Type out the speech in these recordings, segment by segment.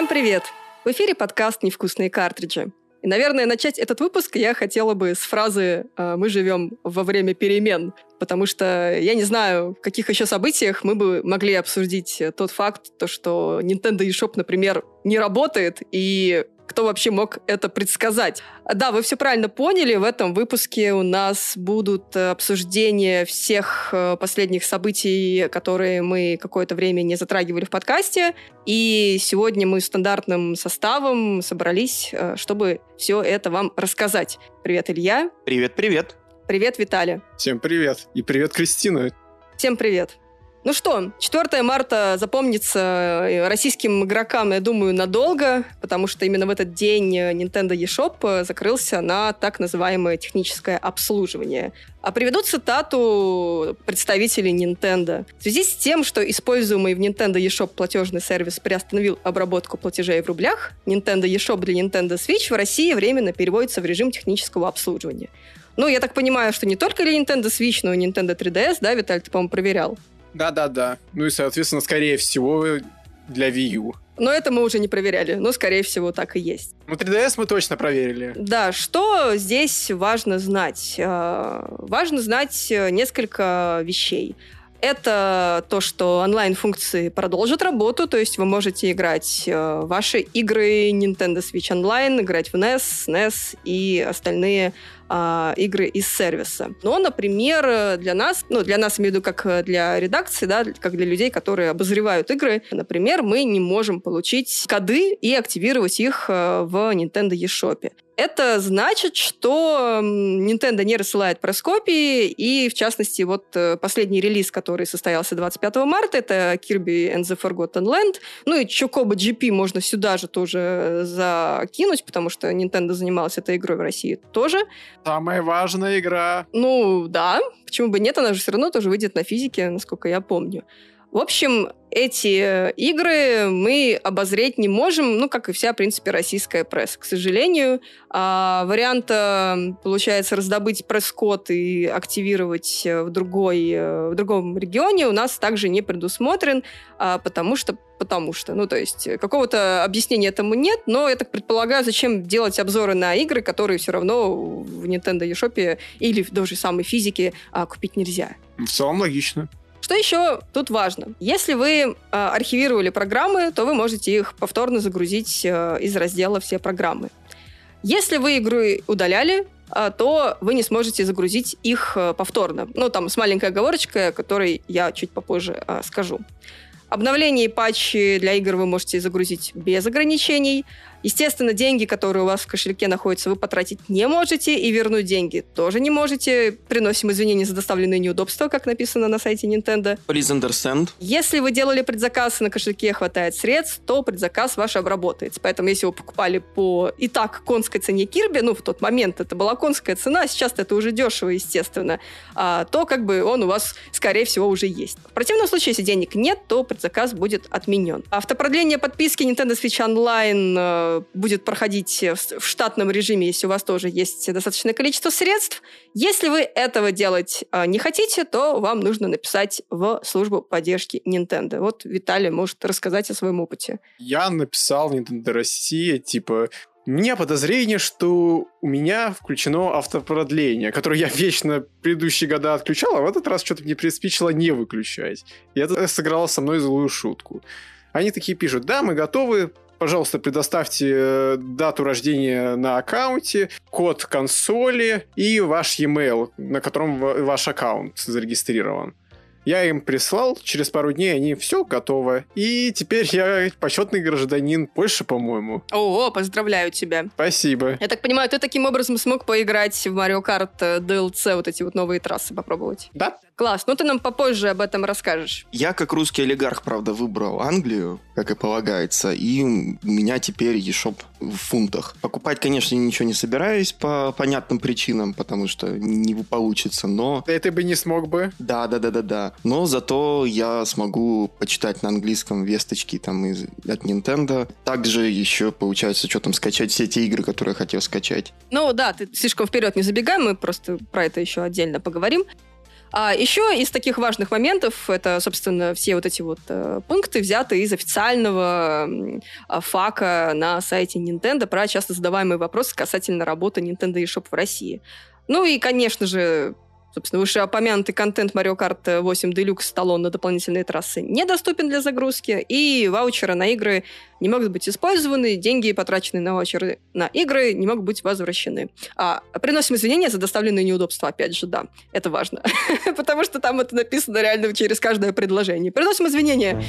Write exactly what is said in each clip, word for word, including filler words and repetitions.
привет! В эфире подкаст «Невкусные картриджи». И, наверное, начать этот выпуск я хотела бы с фразы «Мы живем во время перемен», потому что я не знаю, в каких еще событиях мы бы могли обсудить тот факт, то, что Nintendo eShop, например, не работает, и кто вообще мог это предсказать? Да, вы все правильно поняли, в этом выпуске у нас будут обсуждения всех последних событий, которые мы какое-то время не затрагивали в подкасте, и сегодня мы стандартным составом собрались, чтобы все это вам рассказать. Привет, Илья. Привет-привет. Привет, Виталий. Всем привет. И привет, Кристина. Всем привет. Ну что, четвёртого марта запомнится российским игрокам, я думаю, надолго, потому что именно в этот день Nintendo eShop закрылся на так называемое техническое обслуживание. А приведу цитату представителей Nintendo. В связи с тем, что используемый в Nintendo eShop платежный сервис приостановил обработку платежей в рублях, Nintendo eShop для Nintendo Switch в России временно переводится в режим технического обслуживания. Ну, я так понимаю, что не только для Nintendo Switch, но и Nintendo три ди эс, да, Виталий, ты, по-моему, проверял? Да-да-да. Ну и, соответственно, скорее всего, для Wii U. Но это мы уже не проверяли, но, скорее всего, так и есть. Ну, три ди эс мы точно проверили. Да, что здесь важно знать? Важно знать несколько вещей. Это то, что онлайн-функции продолжат работу, то есть вы можете играть в ваши игры Nintendo Switch Online, играть в эн и эс, эн и эс и остальные а, игры из сервиса. Но, например, для нас, ну, для нас, имею в виду, как для редакции, да, как для людей, которые обозревают игры, например, мы не можем получить коды и активировать их в Nintendo eShop. Это значит, что Nintendo не рассылает пресс-копии, и, в частности, вот последний релиз, который состоялся двадцать пятого марта, это Kirby and the Forgotten Land. Ну и Chocobo джи пи можно сюда же тоже закинуть, потому что Nintendo занималась этой игрой в России тоже. Самая важная игра. Ну, да, почему бы нет, она же все равно тоже выйдет на физике, насколько я помню. В общем, эти игры мы обозреть не можем, ну, как и вся, в принципе, российская пресса, к сожалению. А варианта, получается, раздобыть пресс-код и активировать в, другой, в другом регионе у нас также не предусмотрен, потому что, потому что, ну, то есть, какого-то объяснения этому нет, но я так предполагаю, зачем делать обзоры на игры, которые все равно в Nintendo eShop или в той же самой физике купить нельзя. В целом логично. Что еще тут важно? Если вы э, архивировали программы, то вы можете их повторно загрузить э, из раздела «Все программы». Если вы игры удаляли, э, то вы не сможете загрузить их э, повторно. Ну, там с маленькой оговорочкой, о которой я чуть попозже э, скажу. Обновления и патчи для игр вы можете загрузить без ограничений. Естественно, деньги, которые у вас в кошельке находятся, вы потратить не можете, и вернуть деньги тоже не можете. Приносим извинения за доставленные неудобства, как написано на сайте Nintendo. Please understand. Если вы делали предзаказ, и на кошельке хватает средств, то предзаказ ваш обработается. Поэтому, если вы покупали по и так конской цене Kirby, ну, в тот момент это была конская цена, сейчас это уже дешево, естественно, а, то как бы он у вас, скорее всего, уже есть. В противном случае, если денег нет, то предзаказ будет отменен. Автопродление подписки Nintendo Switch Online будет проходить в штатном режиме, если у вас тоже есть достаточное количество средств. Если вы этого делать не хотите, то вам нужно написать в службу поддержки Nintendo. Вот Виталий может рассказать о своем опыте. Я написал в Nintendo Россия, типа, у меня подозрение, что у меня включено автопродление, которое я вечно предыдущие года отключал, а в этот раз что-то мне приспичило не выключать. И это сыграло со мной злую шутку. Они такие пишут: да, мы готовы, пожалуйста, предоставьте дату рождения на аккаунте, код консоли и ваш e-mail, на котором ваш аккаунт зарегистрирован. Я им прислал, через пару дней они все готово. И теперь я почетный гражданин Польши, по-моему. О, поздравляю тебя. Спасибо. Я так понимаю, ты таким образом смог поиграть в Mario Kart ди эл си, вот эти вот новые трассы попробовать? Да. Класс, ну ты нам попозже об этом расскажешь. Я, как русский олигарх, правда, выбрал Англию, как и полагается, и у меня теперь eShop в фунтах. Покупать, конечно, ничего не собираюсь по понятным причинам, потому что не получится, но... Да ты бы не смог бы. Да-да-да-да-да. Но зато я смогу почитать на английском весточки там из, от Nintendo. Также еще, получается, что там скачать все те игры, которые я хотел скачать. Ну да, ты слишком вперед не забегай, мы просто про это еще отдельно поговорим. А еще из таких важных моментов, это, собственно, все вот эти вот э, пункты взяты из официального э, фака на сайте Nintendo про часто задаваемые вопросы касательно работы Nintendo eShop в России. Ну и, конечно же, собственно, вышеупомянутый контент Mario Kart восемь Deluxe талон на дополнительные трассы недоступен для загрузки, и ваучеры на игры не могут быть использованы, деньги, потраченные на ваучеры на игры, не могут быть возвращены. А, приносим извинения за доставленные неудобства, опять же, да, это важно, потому что там это написано реально через каждое предложение. Приносим извинения.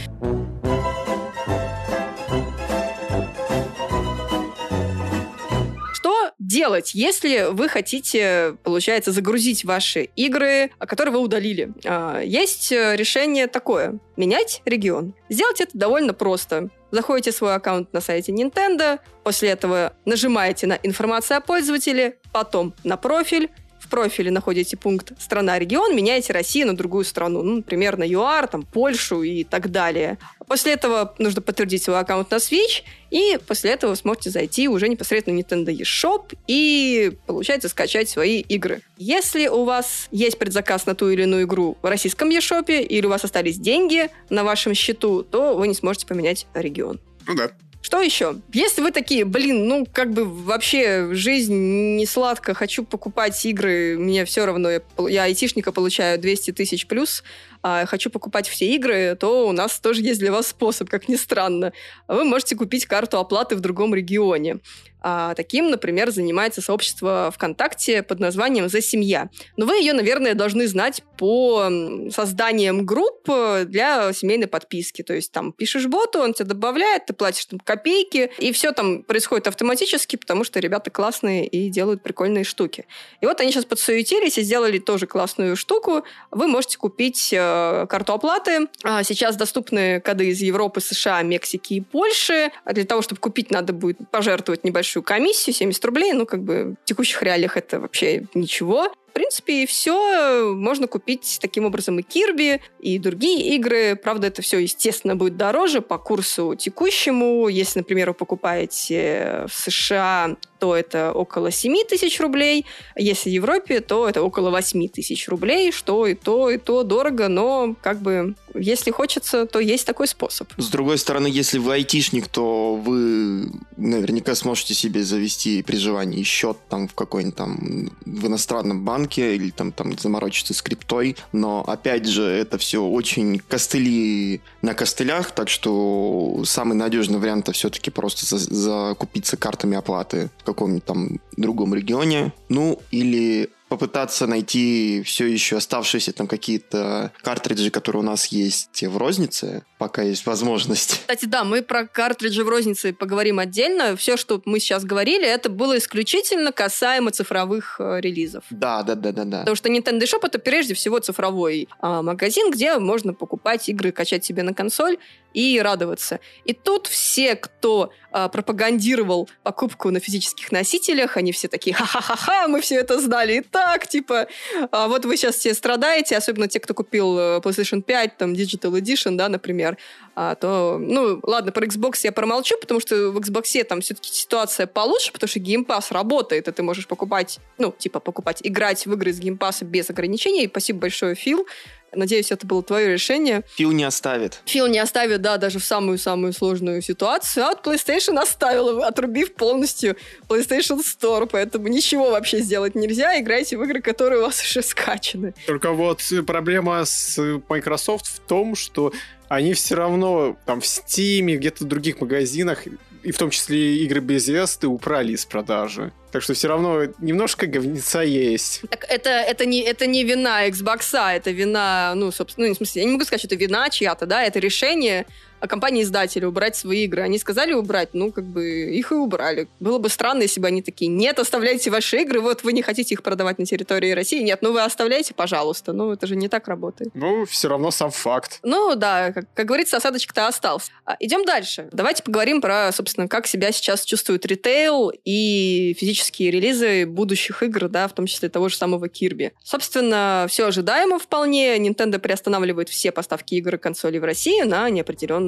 Что делать, если вы хотите, получается, загрузить ваши игры, которые вы удалили? Есть решение такое. Менять регион. Сделать это довольно просто. Заходите в свой аккаунт на сайте Nintendo, после этого нажимаете на «Информация о пользователе», потом на профиль. В профиле находите пункт «Страна-регион», меняете Россию на другую страну, ну, например, на ЮАР, там, Польшу и так далее. После этого нужно подтвердить свой аккаунт на Switch, и после этого вы сможете зайти уже непосредственно в Nintendo eShop и, получается, скачать свои игры. Если у вас есть предзаказ на ту или иную игру в российском eShop, или у вас остались деньги на вашем счету, то вы не сможете поменять регион. Ну да. Что еще? Если вы такие, блин, ну, как бы вообще жизнь не сладко, хочу покупать игры, мне все равно, я, я айтишника получаю двести тысяч плюс, а хочу покупать все игры, то у нас тоже есть для вас способ, как ни странно. Вы можете купить карту оплаты в другом регионе. А таким, например, занимается сообщество ВКонтакте под названием «За семья». Но вы ее, наверное, должны знать по созданиям групп для семейной подписки. То есть там пишешь боту, он тебя добавляет, ты платишь там копейки, и все там происходит автоматически, потому что ребята классные и делают прикольные штуки. И вот они сейчас подсуетились и сделали тоже классную штуку. Вы можете купить э, карту оплаты. А сейчас доступны коды из Европы, США, Мексики и Польши. А для того, чтобы купить, надо будет пожертвовать небольшую комиссию, семьдесят рублей, ну, как бы в текущих реалиях это вообще ничего. В принципе, все можно купить таким образом и Кирби, и другие игры. Правда, это все, естественно, будет дороже по курсу текущему. Если, например, вы покупаете в США, то это около семь тысяч рублей. Если в Европе, то это около восемь тысяч рублей, что и то, и то дорого, но как бы если хочется, то есть такой способ. С другой стороны, если вы айтишник, то вы наверняка сможете себе завести при желании счет там в какой-нибудь там в иностранном банке или там, там заморочиться с криптой, но опять же это все очень костыли на костылях, так что самый надежный вариант это все-таки просто за- закупиться картами оплаты в каком-нибудь там другом регионе, ну или попытаться найти все еще оставшиеся там какие-то картриджи, которые у нас есть в рознице, пока есть возможность. Кстати, да, мы про картриджи в рознице поговорим отдельно. Все, что мы сейчас говорили, это было исключительно касаемо цифровых э, релизов. Да, да, да, да, да. Потому что Nintendo eShop это прежде всего цифровой э, магазин, где можно покупать игры, качать себе на консоль и радоваться. И тут все, кто э, пропагандировал покупку на физических носителях, они все такие: ха-ха-ха-ха, мы все это знали и так, типа, а вот вы сейчас все страдаете, особенно те, кто купил PlayStation пять, там, Digital Edition, да, например, а, то, ну, ладно, про Xbox я промолчу, потому что в Xbox там все-таки ситуация получше, потому что Game Pass работает, и ты можешь покупать, ну, типа, покупать, играть в игры из Game Pass без ограничений. Спасибо большое, Фил. Надеюсь, это было твое решение. Фил не оставит. Фил не оставит, да, даже в самую-самую сложную ситуацию. А вот PlayStation оставила, отрубив полностью PlayStation Store, поэтому ничего вообще сделать нельзя. Играйте в игры, которые у вас уже скачаны. Только вот проблема с Microsoft в том, что они все равно там в Steam, где-то в других магазинах, и в том числе игры Bethesda, убрали из продажи. Так что все равно немножко говнеца есть. Так это, это, не, это не вина Xbox, это вина, ну, собственно, ну, в смысле, я не могу сказать, что это вина чья-то, да, это решение компании-издателя убрать свои игры. Они сказали убрать, ну, как бы, их и убрали. Было бы странно, если бы они такие: нет, оставляйте ваши игры, вот вы не хотите их продавать на территории России, нет, ну, вы оставляйте, пожалуйста. Ну, это же не так работает. Ну, все равно сам факт. Ну, да, как, как говорится, осадочек-то остался. А, идем дальше. Давайте поговорим про, собственно, как себя сейчас чувствует ритейл и физические релизы будущих игр, да, в том числе того же самого Kirby. Собственно, все ожидаемо вполне. Nintendo приостанавливает все поставки игр и консолей в России на неопределенное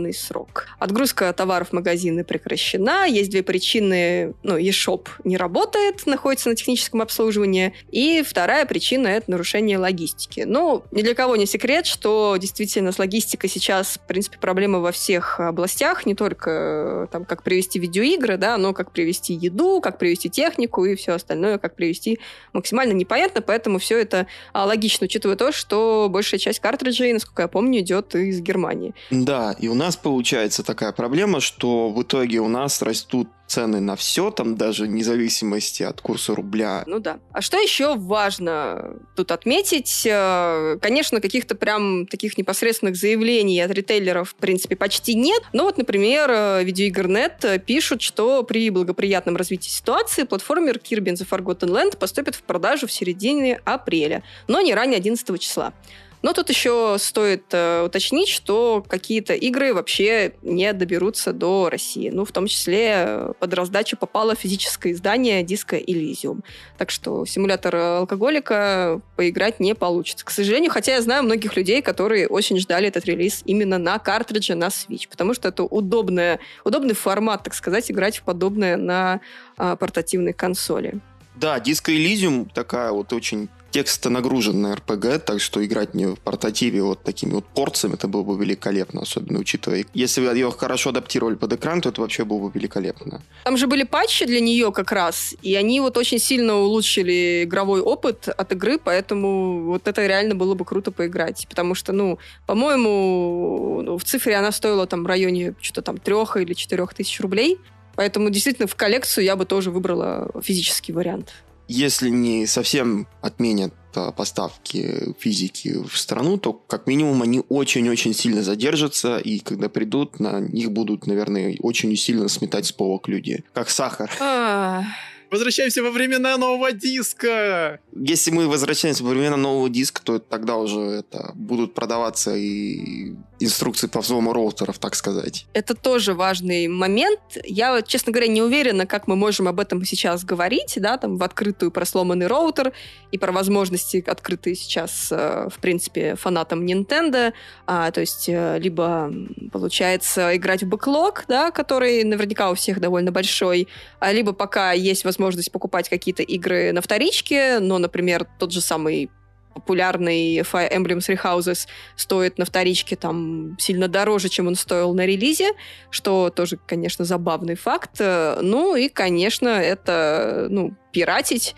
определенный срок. Отгрузка товаров в магазины прекращена. Есть две причины. Ну, eShop не работает, находится на техническом обслуживании. И вторая причина – это нарушение логистики. Ну, ни для кого не секрет, что действительно с логистикой сейчас, в принципе, проблемы во всех областях. Не только там, как привезти видеоигры, да, но как привезти еду, как привезти технику и все остальное, как привезти максимально непонятно. Поэтому все это а, логично, учитывая то, что большая часть картриджей, насколько я помню, идет из Германии. Да, и у нас получается такая проблема, что в итоге у нас растут цены на все, там даже вне зависимости от курса рубля. Ну да. А что еще важно тут отметить? Конечно, каких-то прям таких непосредственных заявлений от ритейлеров, в принципе, почти нет. Но вот, например, Видеоигр.нет пишут, что при благоприятном развитии ситуации платформер Kirby and the Forgotten Land поступит в продажу в середине апреля, но не ранее одиннадцатого числа. Но тут еще стоит э, уточнить, что какие-то игры вообще не доберутся до России. Ну, в том числе под раздачу попало физическое издание Disco Elysium. Так что симулятор алкоголика поиграть не получится, к сожалению. Хотя я знаю многих людей, которые очень ждали этот релиз именно на картридже на Switch, потому что это удобная, удобный формат, так сказать, играть в подобное на э, портативной консоли. Да, Disco Elysium такая вот очень текстонагруженная эр пи джи, так что играть не в портативе вот такими вот порциями, это было бы великолепно, особенно учитывая. Если бы ее хорошо адаптировали под экран, то это вообще было бы великолепно. Там же были патчи для нее как раз, и они вот очень сильно улучшили игровой опыт от игры, поэтому вот это реально было бы круто поиграть. Потому что, ну, по-моему, ну, в цифре она стоила там в районе что-то там трех или четырех тысяч рублей. Поэтому действительно в коллекцию я бы тоже выбрала физический вариант. Если не совсем отменят поставки физики в страну, то как минимум они очень-очень сильно задержатся, и когда придут, на них будут, наверное, очень сильно сметать с полок люди. Как сахар. Возвращаемся во времена нового диска! Если мы возвращаемся во времена нового диска, то тогда уже это будут продаваться и инструкции по взлому роутеров, так сказать. Это тоже важный момент. Я, честно говоря, не уверена, как мы можем об этом сейчас говорить, да, там в открытую про сломанный роутер и про возможности, открытые сейчас, в принципе, фанатам Nintendo. А, то есть, либо получается играть в бэклог, да, который наверняка у всех довольно большой, либо пока есть возможность покупать какие-то игры на вторичке, но, например, тот же самый популярный Fire Emblem Three Houses стоит на вторичке там сильно дороже, чем он стоил на релизе, что тоже, конечно, забавный факт. Ну и, конечно, это, ну, пиратить,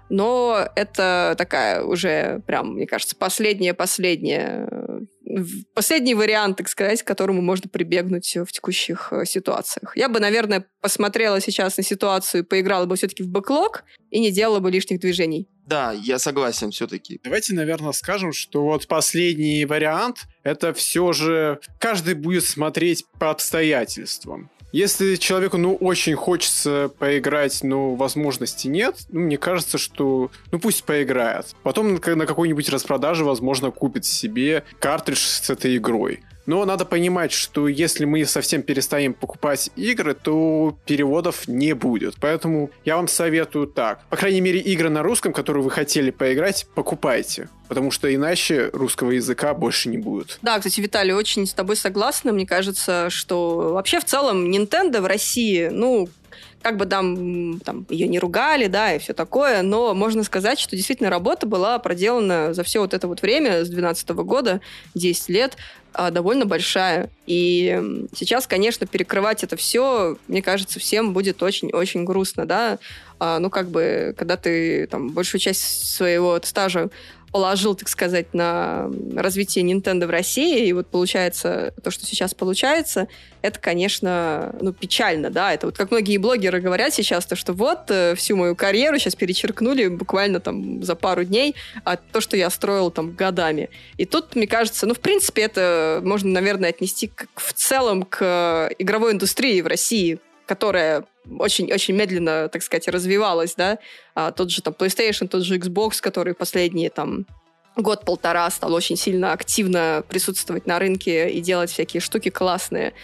но это такая уже прям, мне кажется, последняя-последняя последний вариант, так сказать, к которому можно прибегнуть в текущих ситуациях. Я бы, наверное, посмотрела сейчас на ситуацию, поиграла бы все-таки в бэклог и не делала бы лишних движений. Да, я согласен все-таки. Давайте, наверное, скажем, что вот последний вариант, это все же каждый будет смотреть по обстоятельствам. Если человеку, ну, очень хочется поиграть, но возможности нет, ну, мне кажется, что, ну, пусть поиграет. Потом на какой-нибудь распродаже, возможно, купит себе картридж с этой игрой. Но надо понимать, что если мы совсем перестанем покупать игры, то переводов не будет. Поэтому я вам советую так. По крайней мере, игры на русском, которые вы хотели поиграть, покупайте. Потому что иначе русского языка больше не будет. Да, кстати, Виталий, очень с тобой согласна. Мне кажется, что вообще в целом Nintendo в России, ну, как бы там, там ее не ругали, да, и все такое, но можно сказать, что действительно работа была проделана за все вот это вот время, с две тысячи двенадцатого года, десять лет, довольно большая. И сейчас, конечно, перекрывать это все, мне кажется, всем будет очень-очень грустно, да. Ну, как бы, когда ты там большую часть своего стажа положил, так сказать, на развитие Nintendo в России, и вот получается то, что сейчас получается, это, конечно, ну, печально, да, это вот как многие блогеры говорят сейчас, то, что вот всю мою карьеру сейчас перечеркнули буквально там за пару дней, а то, что я строил там годами. И тут, мне кажется, ну, в принципе, это можно, наверное, отнести к, в целом к игровой индустрии в России, которая очень-очень медленно, так сказать, развивалась, да, а, тот же там PlayStation, тот же Xbox, который последние там год-полтора стал очень сильно активно присутствовать на рынке и делать всякие штуки классные.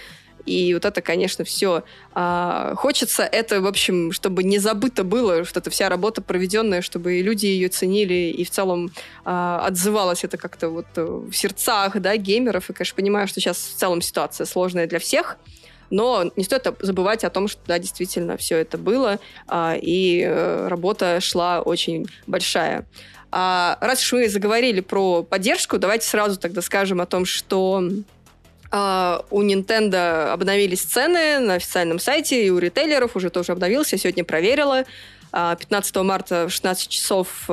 И вот это, конечно, все. А, хочется это, в общем, чтобы не забыто было, что это вся работа проведенная, чтобы люди ее ценили, и в целом а, отзывалось это как-то вот в сердцах, да, геймеров. И, конечно, понимаю, что сейчас в целом ситуация сложная для всех, но не стоит забывать о том, что, да, действительно, все это было, а, и а, работа шла очень большая. А, раз уж мы заговорили про поддержку, давайте сразу тогда скажем о том, что а, у Nintendo обновились цены на официальном сайте, и у ритейлеров уже тоже обновился, я сегодня проверила. пятнадцатого марта в шестнадцать часов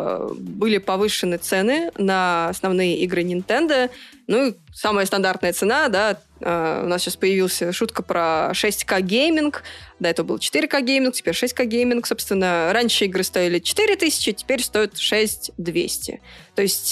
были повышены цены на основные игры Nintendo. Ну и самая стандартная цена, да, у нас сейчас появилась шутка про шесть ка гейминг. До этого был четыре ка гейминг, теперь шесть ка гейминг. Собственно, раньше игры стоили четыре тысячи, теперь стоят шесть тысяч двести. То есть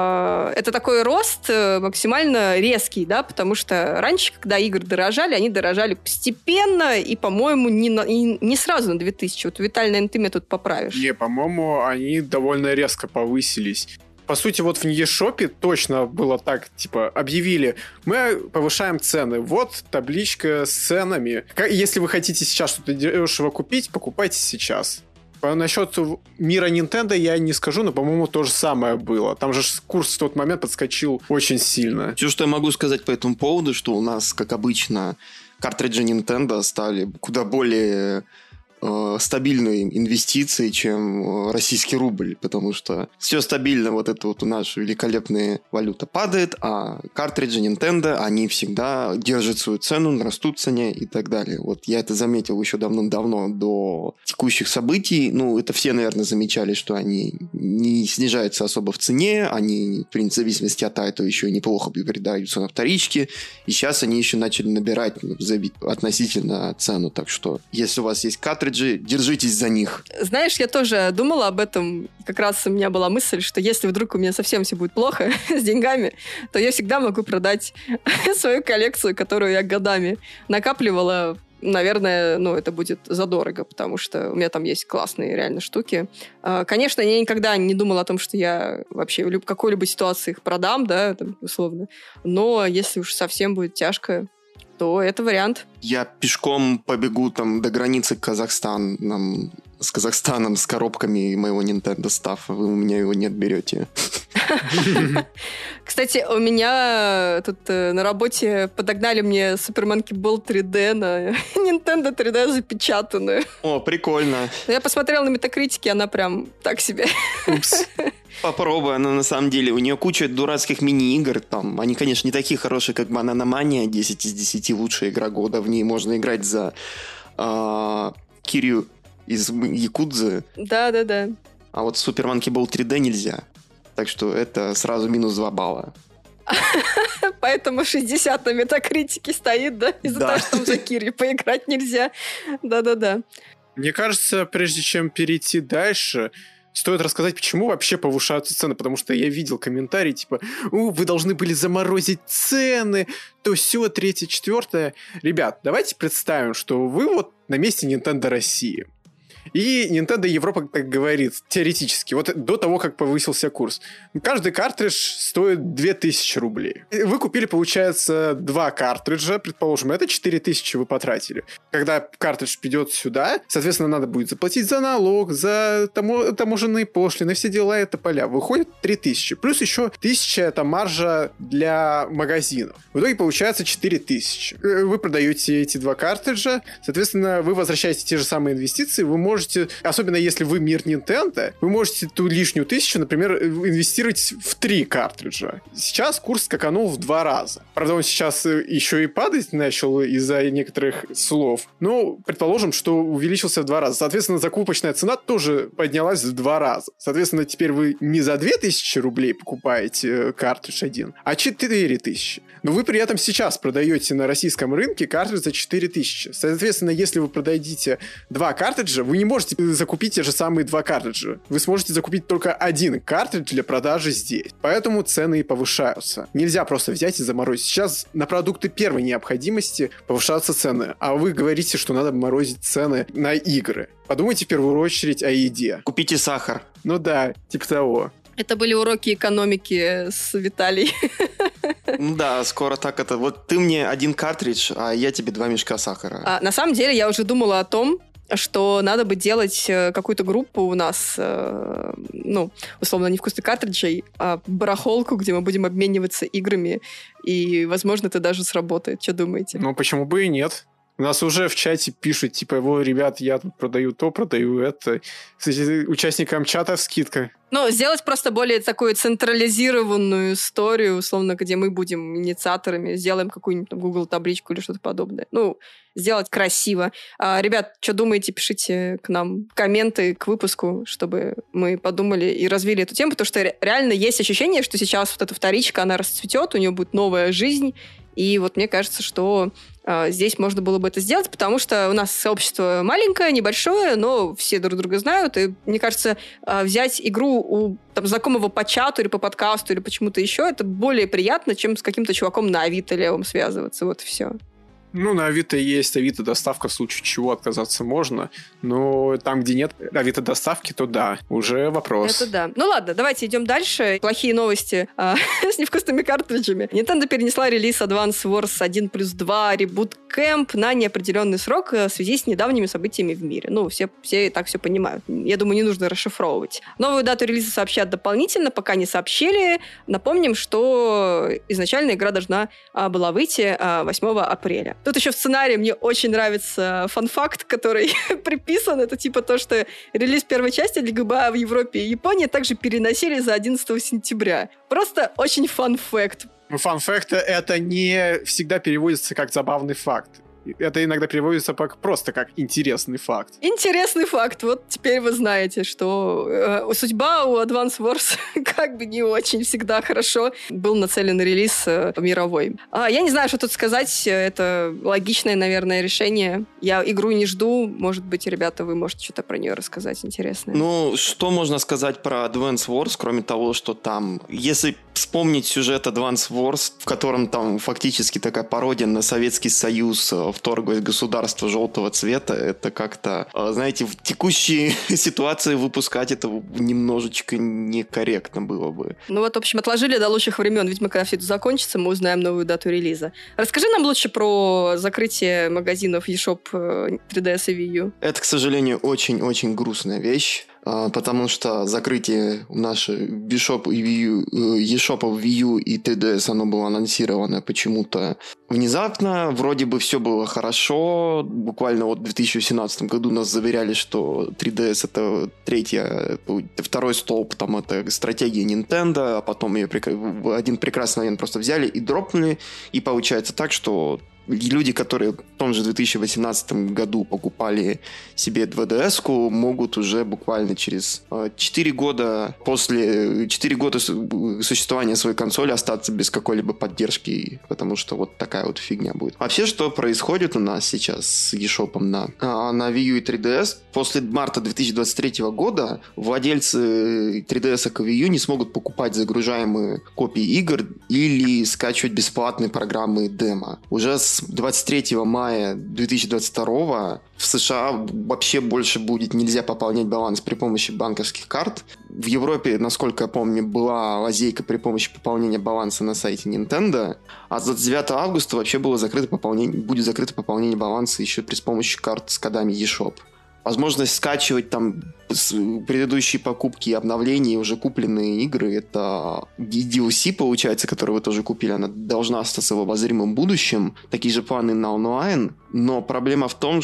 э, это такой рост максимально резкий, да, потому что раньше, когда игры дорожали, они дорожали постепенно и, по-моему, не, на, и не сразу на две тысячи. Вот, Виталий, наверное, ты меня тут поправишь. Не, по-моему, они довольно резко повысились. По сути, вот в eShop точно было так, типа, объявили, мы повышаем цены, вот табличка с ценами. Если вы хотите сейчас что-то дешево купить, покупайте сейчас. Насчет мира Nintendo я не скажу, но, по-моему, то же самое было. Там же курс в тот момент подскочил очень сильно. Все, что я могу сказать по этому поводу, что у нас, как обычно, картриджи Nintendo стали куда более стабильной инвестицией, чем российский рубль, потому что все стабильно, вот это вот у нас великолепная валюта падает, а картриджи Nintendo, они всегда держат свою цену, растут в цене и так далее. Вот я это заметил еще давным-давно, до текущих событий. Ну, это все, наверное, замечали, что они не снижаются особо в цене, они, в принципе, в зависимости от тайтла еще и неплохо передаются на вторичке, и сейчас они еще начали набирать относительно цену, так что, если у вас есть картридж, держитесь за них. Знаешь, я тоже думала об этом. Как раз у меня была мысль, что если вдруг у меня совсем все будет плохо с деньгами, то я всегда могу продать свою коллекцию, которую я годами накапливала. Наверное, ну, это будет задорого, потому что у меня там есть классные реально штуки. Конечно, я никогда не думала о том, что я вообще в какой-либо ситуации их продам, да, там, условно. Но если уж совсем будет тяжко, то это вариант. Я пешком побегу там до границы Казахстана, с Казахстаном, с коробками моего Nintendo Stuff. Вы у меня его не отберете. Кстати, у меня тут на работе подогнали мне Super Monkey Ball три дэ на Nintendo три дэ запечатанную. О, прикольно. Я посмотрела на метакритике, она прям так себе. Упс. Попробуй, она на самом деле, у нее куча дурацких мини-игр, там, они, конечно, не такие хорошие, как Banana Mania, десять из десяти лучшая игра года, в ней можно играть за э, Кирю из Якудзы. Да-да-да. А вот Super Monkey Ball три дэ нельзя, так что это сразу минус два балла. Поэтому шестьдесят на метакритике стоит, да? Из-за того, что там за Кирю поиграть нельзя. Да-да-да. Мне кажется, прежде чем перейти дальше, стоит рассказать, почему вообще повышаются цены, потому что я видел комментарии, типа, вы должны были заморозить цены, то все, третье, четвертое. Ребят, давайте представим, что вы вот на месте Nintendo России. И Nintendo Европа так говорит, теоретически, вот до того, как повысился курс. Каждый картридж стоит две тысячи рублей. Вы купили, получается, два картриджа, предположим, это четыре тысячи вы потратили. Когда картридж придет сюда, соответственно, надо будет заплатить за налог, за тамо- таможенные пошлины, все дела, это поля. Выходит три тысячи. Плюс еще тысяча это маржа для магазинов. В итоге получается четыре тысячи. Вы продаете эти два картриджа, соответственно, вы возвращаете те же самые инвестиции, вы можете можете, особенно если вы мир Nintendo, вы можете ту лишнюю тысячу, например, инвестировать в три картриджа. Сейчас курс скаканул в два раза. Правда, он сейчас еще и падать начал из-за некоторых слов. Но предположим, что увеличился в два раза. Соответственно, закупочная цена тоже поднялась в два раза. Соответственно, теперь вы не за две тысячи рублей покупаете картридж один, а четыре тысячи. Но вы при этом сейчас продаете на российском рынке картридж за четыре тысячи. Соответственно, если вы продадите два картриджа, вы не можете закупить те же самые два картриджа. Вы сможете закупить только один картридж для продажи здесь. Поэтому цены и повышаются. Нельзя просто взять и заморозить. Сейчас на продукты первой необходимости повышаются цены, а вы говорите, что надо морозить цены на игры. Подумайте в первую очередь о еде. Купите сахар. Ну да, типа того. Это были уроки экономики с Виталием. Ну да, скоро так это... Вот ты мне один картридж, а я тебе два мешка сахара. А, на самом деле, я уже думала о том, что надо бы делать какую-то группу у нас, э, ну, условно, не вкусных картриджей, а барахолку, где мы будем обмениваться играми, и, возможно, это даже сработает. Что думаете? Ну, почему бы и нет? У нас уже в чате пишут, типа, его, ребят, я тут продаю то, продаю это. Кстати, участникам чата скидка. Ну, сделать просто более такую централизированную историю, условно, где мы будем инициаторами, сделаем какую-нибудь там Google табличку или что-то подобное. Ну, сделать красиво. А, ребят, что думаете, пишите к нам комменты к выпуску, чтобы мы подумали и развили эту тему, потому что реально есть ощущение, что сейчас вот эта вторичка, она расцветет, у нее будет новая жизнь, и вот мне кажется, что а, здесь можно было бы это сделать, потому что у нас сообщество маленькое, небольшое, но все друг друга знают, и мне кажется, а, взять игру у там, знакомого по чату или по подкасту или почему-то еще, это более приятно, чем с каким-то чуваком на Авито левым связываться, вот и все. Ну, на Авито есть Авито-доставка, в случае чего отказаться можно, но там, где нет Авито-доставки, то да, уже вопрос. Это да. Ну ладно, давайте идем дальше. Плохие новости а, с невкусными картриджами. Nintendo перенесла релиз Advance Wars один плюс два Reboot Camp на неопределенный срок в связи с недавними событиями в мире. Ну, все, все так все понимают. Я думаю, не нужно расшифровывать. Новую дату релиза сообщат дополнительно, пока не сообщили. Напомним, что изначально игра должна а, была выйти а, восьмого апреля. Тут еще в сценарии мне очень нравится фан-факт, который приписан. Это типа то, что релиз первой части для джи би эй в Европе и Японии также переносили за одиннадцатого сентября. Просто очень фан-факт. Ну, фан-факт — это не всегда переводится как забавный факт. Это иногда переводится просто как интересный факт. Интересный факт. Вот теперь вы знаете, что э, судьба у Advance Wars как бы не очень всегда хорошо. Был нацелен релиз э, мировой. А, я не знаю, что тут сказать. Это логичное, наверное, решение. Я игру не жду. Может быть, ребята, вы можете что-то про нее рассказать интересное. Ну, что можно сказать про Advance Wars, кроме того, что там... Если вспомнить сюжет Advance Wars, в котором там фактически такая пародия на Советский Союз, вторглось государство желтого цвета, это как-то, знаете, в текущей ситуации выпускать это немножечко некорректно было бы. Ну вот, в общем, отложили до лучших времен. Видимо, когда все это закончится, мы узнаем новую дату релиза. Расскажи нам лучше про закрытие магазинов eShop три ди эс и Wii U. Это, к сожалению, очень-очень грустная вещь. Потому что закрытие наших eShop и Wii U, eShop Wii U и три ди эс, оно было анонсировано почему-то внезапно. Вроде бы все было хорошо. Буквально вот в две тысячи восемнадцатом году нас заверяли, что три ди эс это третья, второй столб, там это стратегия Nintendo, а потом ее в один прекрасный момент просто взяли и дропнули. И получается так, что люди, которые в том же две тысячи восемнадцатом году покупали себе два ди эс-ку, могут уже буквально через четыре года после четыре года существования своей консоли остаться без какой-либо поддержки, потому что вот такая вот фигня будет. Вообще, что происходит у нас сейчас с eShop на, на Wii U и три ди эс? После марта две тысячи двадцать третьего года владельцы три ди эс и Wii U не смогут покупать загружаемые копии игр или скачивать бесплатные программы и демо. Уже с двадцать третьего мая две тысячи двадцать второго в США вообще больше будет нельзя пополнять баланс при помощи банковских карт. В Европе, насколько я помню, была лазейка при помощи пополнения баланса на сайте Nintendo, а с двадцать девятого августа вообще было закрыто пополнение, будет закрыто пополнение баланса еще при помощи карт с кодами eShop. Возможность скачивать там предыдущие покупки и обновления и уже купленные игры, это ди эл си, получается, которую вы тоже купили, она должна остаться в обозримом будущем. Такие же планы на онлайн, но проблема в том,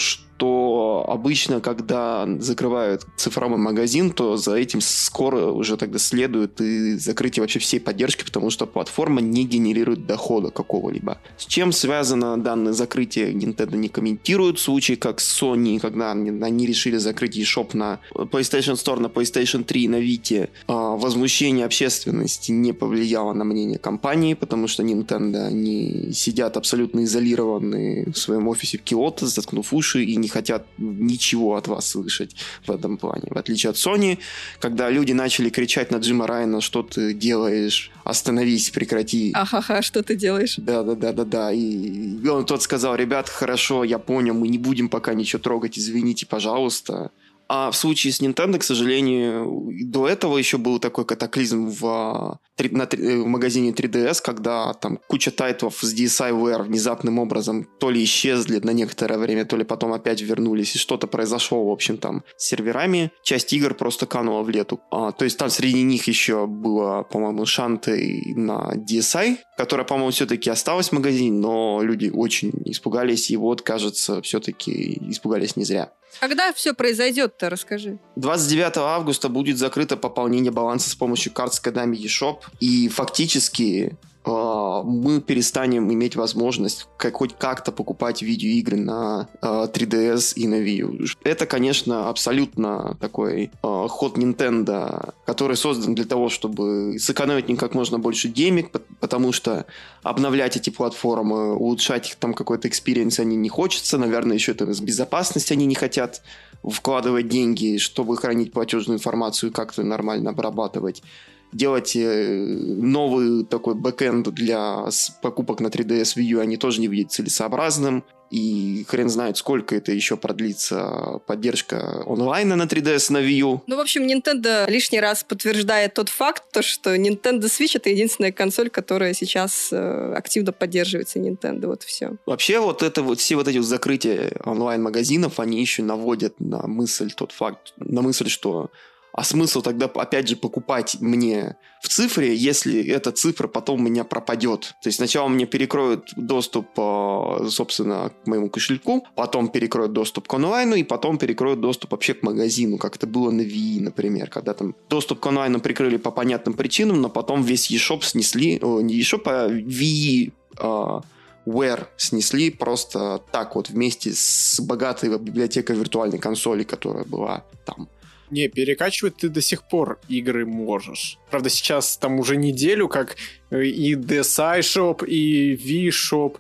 что обычно, когда закрывают цифровой магазин, то за этим скоро уже тогда следует и закрытие вообще всей поддержки, потому что платформа не генерирует дохода какого-либо. С чем связано данное закрытие, Nintendo не комментирует. Случаи, как с Sony, когда они решили закрыть eShop на PlayStation Store, на PlayStation три, на Vita, возмущение общественности не повлияло на мнение компании, потому что Nintendo, они сидят абсолютно изолированные в своем офисе в Киото, заткнув уши и не хотят ничего от вас слышать в этом плане. В отличие от Sony, когда люди начали кричать на Джима Райана, что ты делаешь, остановись, прекрати. Ахаха, что ты делаешь? Да-да-да-да-да. И он тот сказал, ребят, хорошо, я понял, мы не будем пока ничего трогать, извините, пожалуйста. А в случае с Nintendo, к сожалению, до этого еще был такой катаклизм в, на, в магазине три ди эс, когда там куча тайтлов с ди эс ай-Ware внезапным образом то ли исчезли на некоторое время, то ли потом опять вернулись, и что-то произошло, в общем, там с серверами. Часть игр просто канула в лету. А, то есть там среди них еще было, по-моему, Шанты на ди эс ай, которая, по-моему, все-таки осталась в магазине, но люди очень испугались, и вот, кажется, все-таки испугались не зря. Когда все произойдет-то, расскажи. двадцать девятого августа будет закрыто пополнение баланса с помощью карт с кодами eShop, и фактически э, мы перестанем иметь возможность как, хоть как-то покупать видеоигры на э, три ди эс и на Wii U. Это, конечно, абсолютно такой э, ход Nintendo, который создан для того, чтобы сэкономить не как можно больше денег, потому что обновлять эти платформы, улучшать их там какой-то экспириенс они не хочется. Наверное, еще это с безопасности они не хотят вкладывать деньги, чтобы хранить платежную информацию и как-то нормально обрабатывать. Делать новый такой бэкэнд для покупок на три ди эс Wii U они тоже не видят целесообразным. И хрен знает, сколько это еще продлится поддержка онлайна на три ди эс на Wii U. Ну, в общем, Nintendo лишний раз подтверждает тот факт, то, что Nintendo Switch — это единственная консоль, которая сейчас э, активно поддерживается Nintendo. Вот и все. Вообще, вот это вот все вот эти вот закрытия онлайн-магазинов, они еще наводят на мысль тот факт, на мысль, что а смысл тогда, опять же, покупать мне в цифре, если эта цифра потом у меня пропадет? То есть сначала мне перекроют доступ, собственно, к моему кошельку, потом перекроют доступ к онлайну, и потом перекроют доступ вообще к магазину, как это было на Wii, например, когда там доступ к онлайну прикрыли по понятным причинам, но потом весь eShop снесли, о, не eShop, а Wii... Ware снесли просто так вот вместе с богатой библиотекой виртуальной консоли, которая была там. Не, перекачивать ты до сих пор игры можешь. Правда, сейчас там уже неделю, как и ди эс ай Shop, и Wii Shop,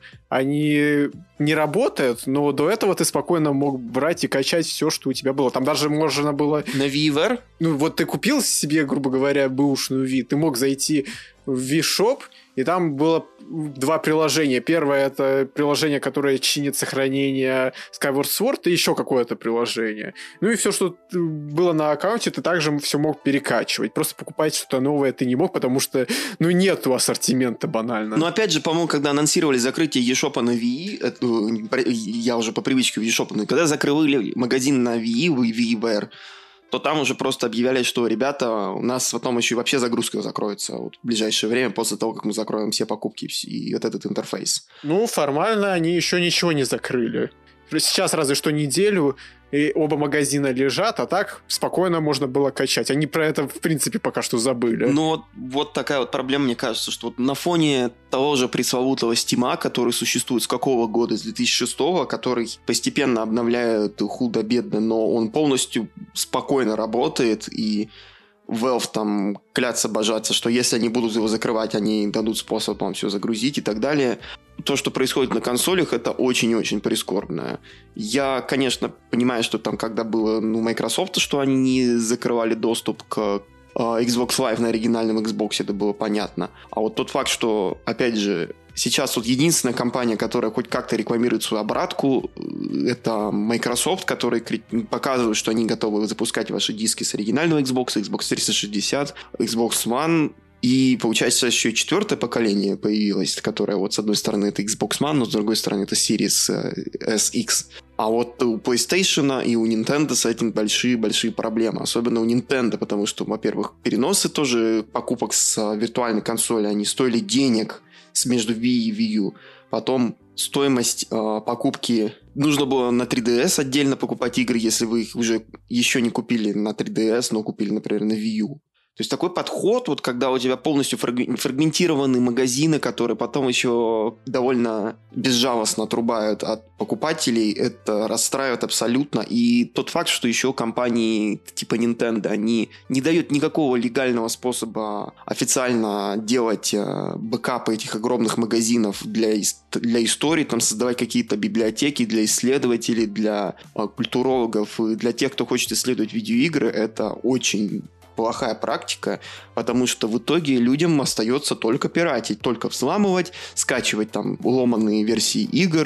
они не работают, но до этого ты спокойно мог брать и качать все, что у тебя было. Там даже можно было... На WiiWare? Ну, вот ты купил себе, грубо говоря, бэушную Wii, ты мог зайти в Wii Shop, и там было два приложения. Первое — это приложение, которое чинит сохранение Skyward Sword, и еще какое-то приложение. Ну и все, что было на аккаунте, ты также все мог перекачивать. Просто покупать что-то новое ты не мог, потому что, ну, нету ассортимента банально. Но опять же, по-моему, когда анонсировали закрытие eShop на Wii, это, я уже по привычке в eShop, но когда закрыли магазин на Wii, WiiWare, то там уже просто объявляли, что, ребята, у нас потом еще и вообще загрузка закроется вот в ближайшее время, после того, как мы закроем все покупки и вот этот интерфейс. Ну, формально они еще ничего не закрыли. Сейчас разве что неделю, и оба магазина лежат, а так спокойно можно было качать. Они про это, в принципе, пока что забыли. Ну, вот, вот такая вот проблема, мне кажется, что вот на фоне того же пресловутого Steam, который существует с какого года? С две тысячи шестого, который постепенно обновляют худо-бедно, но он полностью спокойно работает, и Valve там клятся божаться, что если они будут его закрывать, они дадут способ вам все загрузить и так далее. То, что происходит на консолях, это очень-очень прискорбно. Я, конечно, понимаю, что там, когда было ну, Microsoft, что они не закрывали доступ к э, Xbox Live на оригинальном Xbox, это было понятно. А вот тот факт, что, опять же, сейчас вот единственная компания, которая хоть как-то рекламирует свою обратку, это Microsoft, который показывает, что они готовы запускать ваши диски с оригинального Xbox, Xbox триста шестьдесят, Xbox One. И, получается, еще и четвертое поколение появилось, которое, вот, с одной стороны, это Xbox One, но с другой стороны, это Series эс икс. А вот у PlayStation и у Nintendo с этим большие-большие проблемы. Особенно у Nintendo, потому что, во-первых, переносы тоже покупок с виртуальной консоли, они стоили денег между Wii и Wii U. Потом стоимость э, покупки... Нужно было на три ди эс отдельно покупать игры, если вы их уже еще не купили на три ди эс, но купили, например, на Wii U. То есть такой подход, вот когда у тебя полностью фрагментированные магазины, которые потом еще довольно безжалостно отрубают от покупателей, это расстраивает абсолютно. И тот факт, что еще компании типа Nintendo, они не дают никакого легального способа официально делать бэкапы этих огромных магазинов для, для истории, там создавать какие-то библиотеки для исследователей, для культурологов, и для тех, кто хочет исследовать видеоигры, это очень плохая практика, потому что в итоге людям остается только пиратить, только взламывать, скачивать там ломаные версии игр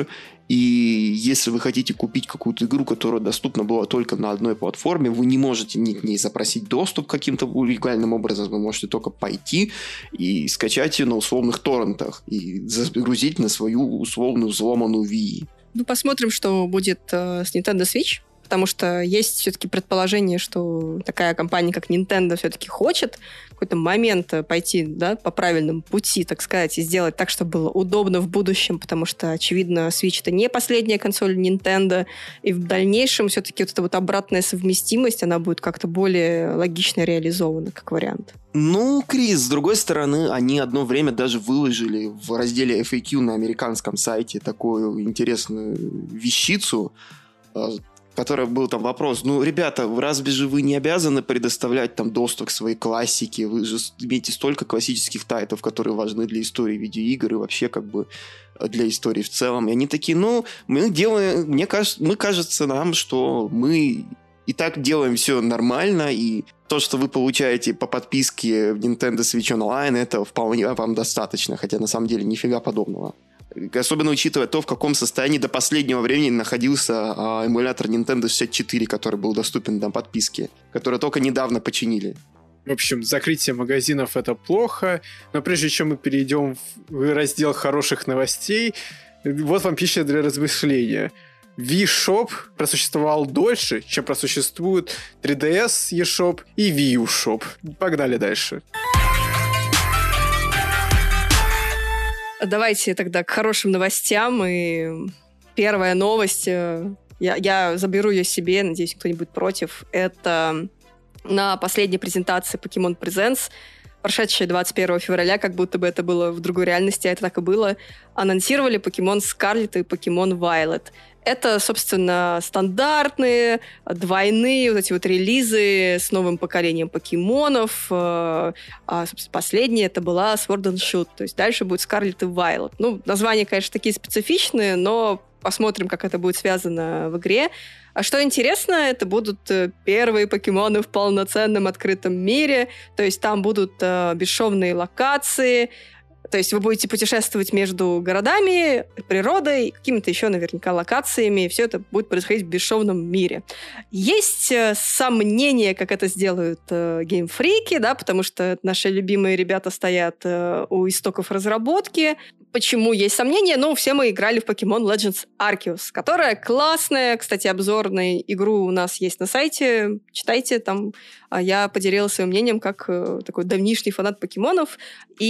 И если вы хотите купить какую-то игру, которая доступна была только на одной платформе, вы не можете ни к ней запросить доступ каким-то легальным образом, вы можете только пойти и скачать ее на условных торрентах и загрузить на свою условную взломанную Wii. Ну, посмотрим, что будет э, с Nintendo Switch. Потому что есть все-таки предположение, что такая компания, как Nintendo, все-таки хочет в какой-то момент пойти, да, по правильному пути, так сказать, и сделать так, чтобы было удобно в будущем, потому что, очевидно, Switch — это не последняя консоль Nintendo, и в дальнейшем все-таки вот эта вот обратная совместимость, она будет как-то более логично реализована, как вариант. Ну, Крис, с другой стороны, они одно время даже выложили в разделе эф эй кью на американском сайте такую интересную вещицу, который был там вопрос, ну, ребята, разве же вы не обязаны предоставлять там доступ к своей классике? Вы же имеете столько классических тайтлов, которые важны для истории видеоигр и вообще как бы для истории в целом. И они такие, ну, мы делаем, мне кажется, мы кажется нам, что мы и так делаем все нормально, и то, что вы получаете по подписке в Nintendo Switch Online, это вполне вам достаточно, хотя на самом деле нифига подобного. Особенно учитывая то, в каком состоянии до последнего времени находился а, эмулятор Nintendo шестьдесят четыре, который был доступен на подписке, который только недавно починили. В общем, закрытие магазинов — это плохо, но прежде чем мы перейдем в раздел хороших новостей, вот вам пища для размышления. Wii Shop просуществовал дольше, чем просуществует три ди эс eShop и Wii U Shop. Погнали дальше. Давайте тогда к хорошим новостям. И первая новость, я, я заберу ее себе, надеюсь, никто не будет против. Это на последней презентации Pokemon Presents, прошедшей двадцать первого февраля, как будто бы это было в другой реальности, а это так и было, анонсировали Pokemon Scarlet и Pokemon Violet. Это, собственно, стандартные, двойные вот эти вот релизы с новым поколением покемонов. А, собственно, последняя это была Sword and Shield. То есть дальше будет Scarlet и Violet. Ну, названия, конечно, такие специфичные, но посмотрим, как это будет связано в игре. А что интересно, это будут первые покемоны в полноценном открытом мире. То есть там будут э, бесшовные локации. То есть вы будете путешествовать между городами, природой, какими-то еще наверняка локациями, и все это будет происходить в бесшовном мире. Есть э, сомнения, как это сделают э, геймфрики, да, потому что наши любимые ребята стоят э, у истоков разработки. Почему есть сомнения? Ну, все мы играли в Pokemon Legends Arceus, которая классная. Кстати, обзор на игру у нас есть на сайте. Читайте, там я поделилась своим мнением как э, такой давнишний фанат покемонов.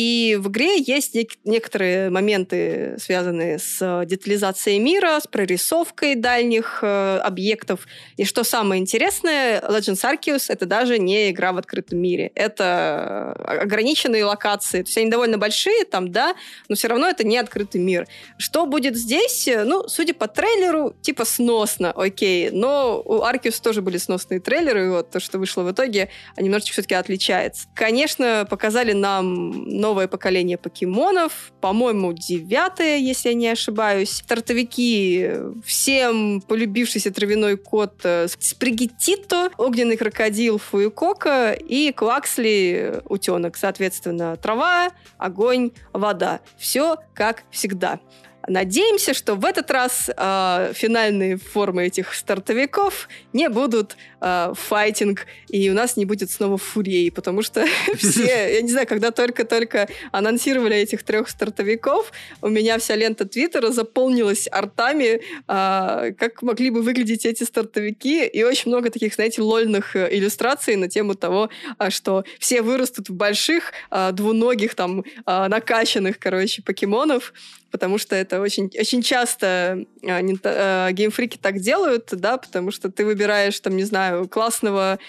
И в игре есть нек- некоторые моменты, связанные с детализацией мира, с прорисовкой дальних э, объектов. И что самое интересное, Legends Arceus — это даже не игра в открытом мире. Это ограниченные локации. То есть они довольно большие там, да, но все равно это не открытый мир. Что будет здесь? Ну, судя по трейлеру, типа сносно, окей. Но у Arceus тоже были сносные трейлеры, и вот то, что вышло в итоге, немножечко все-таки отличается. Конечно, показали нам новое поколение покемонов, по-моему, девятое, если я не ошибаюсь. Стартовики всем полюбившийся травяной кот Спригитито, огненный крокодил Фуекока и Кваксли утенок. Соответственно, трава, огонь, вода. Все как всегда. Надеемся, что в этот раз э, финальные формы этих стартовиков не будут э, файтинг, и у нас не будет снова фурей, потому что все, я не знаю, когда только-только анонсировали этих трех стартовиков, у меня вся лента Твиттера заполнилась артами, э, как могли бы выглядеть эти стартовики, и очень много таких, знаете, лольных иллюстраций на тему того, что все вырастут в больших, э, двуногих, там, э, накачанных, короче, покемонов, потому что это очень, очень часто э, э, геймфрики так делают, да, потому что ты выбираешь, там, не знаю, классного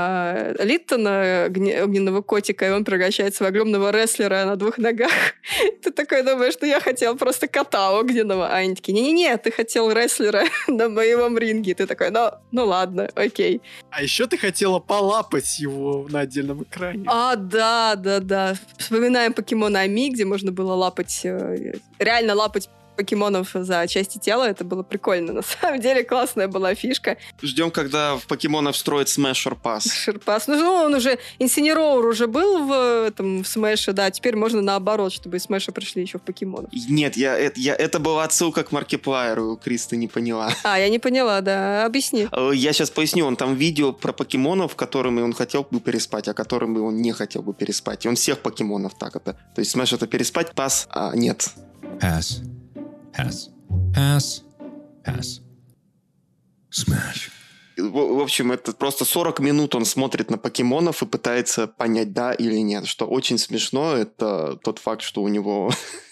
э, Литтона, огненного котика, и он превращается в огромного рестлера на двух ногах. Ты такой думаешь, что я хотел просто кота огненного. А они такие, не-не-не, ты хотел рестлера на боевом ринге. Ты такой, ну, ну ладно, окей. А еще ты хотела полапать его на отдельном экране. А, да, да, да. Вспоминаем покемона Ами, где можно было лапать... Э, реально лапать покемонов за части тела. Это было прикольно. На самом деле классная была фишка. Ждем, когда в покемонов встроят Smasher Pass. Smasher Pass. Ну, он уже... Инсинероур уже был в этом в Смэше, да. Теперь можно наоборот, чтобы из Смэша пришли еще в покемонов. Нет, я, это, я, это была отсылка к Маркиплайеру. Крис, ты не поняла. А, я не поняла, да. Объясни. Я сейчас поясню. Он там видео про покемонов, которыми он хотел бы переспать, а которыми он не хотел бы переспать. И он всех покемонов так это. То есть Smash это переспать, пас, а нет. Pass. Pass. Pass. Pass. Smash. В, в общем, это просто сорок минут он смотрит на покемонов и пытается понять, да или нет. Что очень смешно, это тот факт, что у него...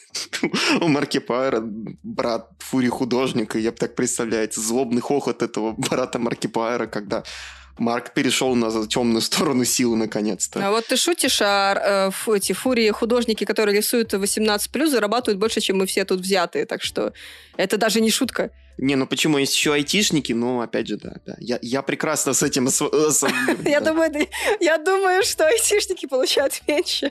У Маркипайра брат Фури художник, и я бы так представляете, злобный хохот этого брата Маркипайра, когда Марк перешел на темную сторону силы наконец-то. А вот ты шутишь, а э, эти Фурии художники, которые рисуют восемнадцать плюс, зарабатывают больше, чем мы все тут взятые, так что это даже не шутка. Не, ну почему? Есть еще айтишники, но опять же, да, да. Я, я прекрасно с этим... Я думаю, что айтишники получают меньше,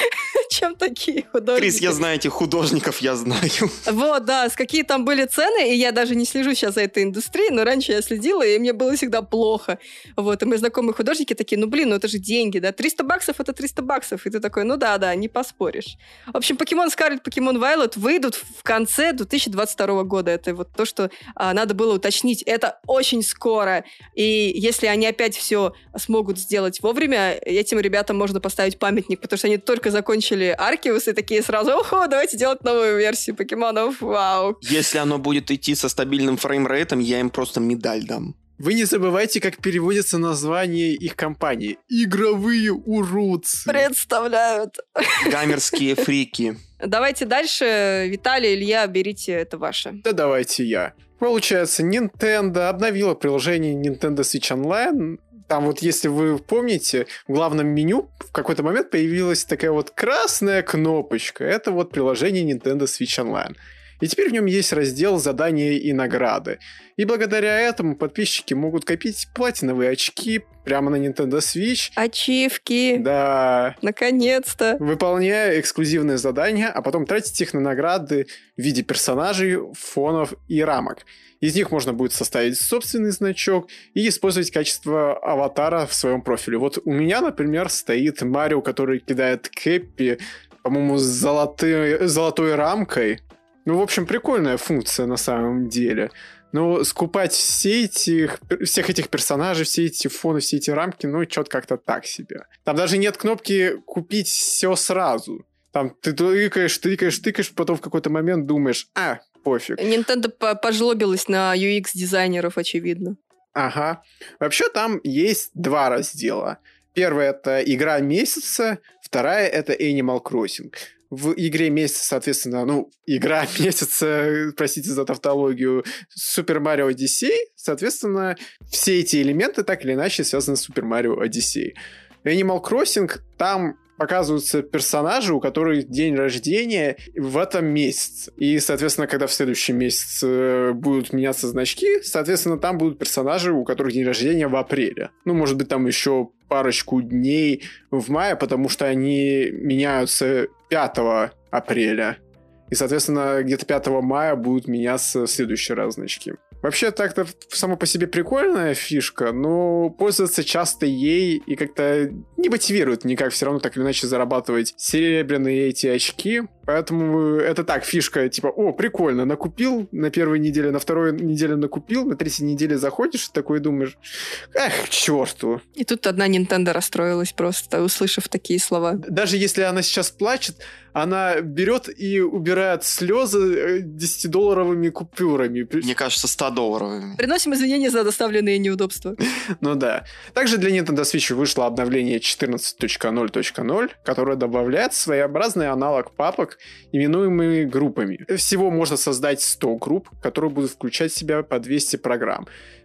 чем такие художники. Крис, я знаю этих художников, я знаю. Вот, да, с какие там были цены, и я даже не слежу сейчас за этой индустрией, но раньше я следила, и мне было всегда плохо. Вот, и мои знакомые художники такие, ну, блин, ну это же деньги, да, триста баксов это триста баксов, и ты такой, ну да, да, не поспоришь. В общем, Покемон Скарлет, Покемон Вайлот выйдут в конце две тысячи двадцать второго года, это вот то, что а, надо было уточнить, это очень скоро, и если они опять все смогут сделать вовремя, этим ребятам можно поставить памятник, потому что они только закончили Аркеус и такие сразу, ого, давайте делать новую версию покемонов, вау. Если оно будет идти со стабильным фреймрейтом, я им просто медаль дам. Вы не забывайте, как переводится название их компании. Игровые уродцы. Представляют. Гамерские фрики. Давайте дальше. Виталий, Илья, берите, это ваше. Да давайте я. Получается, Nintendo обновила приложение Nintendo Switch Online. Там вот, если вы помните, в главном меню в какой-то момент появилась такая вот красная кнопочка. Это вот приложение Nintendo Switch Online. И теперь в нем есть раздел «Задания и награды». И благодаря этому подписчики могут копить платиновые очки прямо на Nintendo Switch. Ачивки. Да. Наконец-то. Выполняя эксклюзивные задания, а потом тратить их на награды в виде персонажей, фонов и рамок. Из них можно будет составить собственный значок и использовать качество аватара в своем профиле. Вот у меня, например, стоит Марио, который кидает Кэппи, по-моему, с золотой, золотой рамкой. Ну, в общем, прикольная функция на самом деле. Но скупать все эти, всех этих персонажей, все эти фоны, все эти рамки, ну, что-то как-то так себе. Там даже нет кнопки «Купить все сразу». Там ты тыкаешь, тыкаешь, тыкаешь, потом в какой-то момент думаешь, а, пофиг. Nintendo пожлобилась на ю экс-дизайнеров, очевидно. Ага. Вообще там есть два раздела. Первая — это игра месяца, вторая — это Animal Crossing. В игре месяца, соответственно, ну, игра месяца, простите за тавтологию, Super Mario Odyssey, соответственно, все эти элементы так или иначе связаны с Super Mario Odyssey. Animal Crossing, там показываются персонажи, у которых день рождения в этом месяце. И, соответственно, когда в следующем месяце будут меняться значки, соответственно, там будут персонажи, у которых день рождения в апреле. Ну, может быть, там еще парочку дней в мае, потому что они меняются пятого апреля. И, соответственно, где-то пятого мая будут меняться следующие раз значки. Вообще, так-то само по себе прикольная фишка, но пользоваться часто ей и как-то не мотивирует никак все равно так или иначе зарабатывать серебряные эти очки. Поэтому это так, фишка, типа, о, прикольно, накупил на первой неделе, на второй неделе накупил, на третьей неделе заходишь и такой думаешь, эх, к черту. И тут одна Nintendo расстроилась просто, услышав такие слова. Даже если она сейчас плачет, она берет и убирает слезы десятидолларовыми купюрами. Мне кажется, стодолларовыми. Приносим извинения за доставленные неудобства. Ну да. Также для Nintendo Switch вышло обновление четырнадцать точка ноль точка ноль, которое добавляет своеобразный аналог папок, именуемые группами. Всего можно создать сто групп, которые будут включать в себя по двести программ.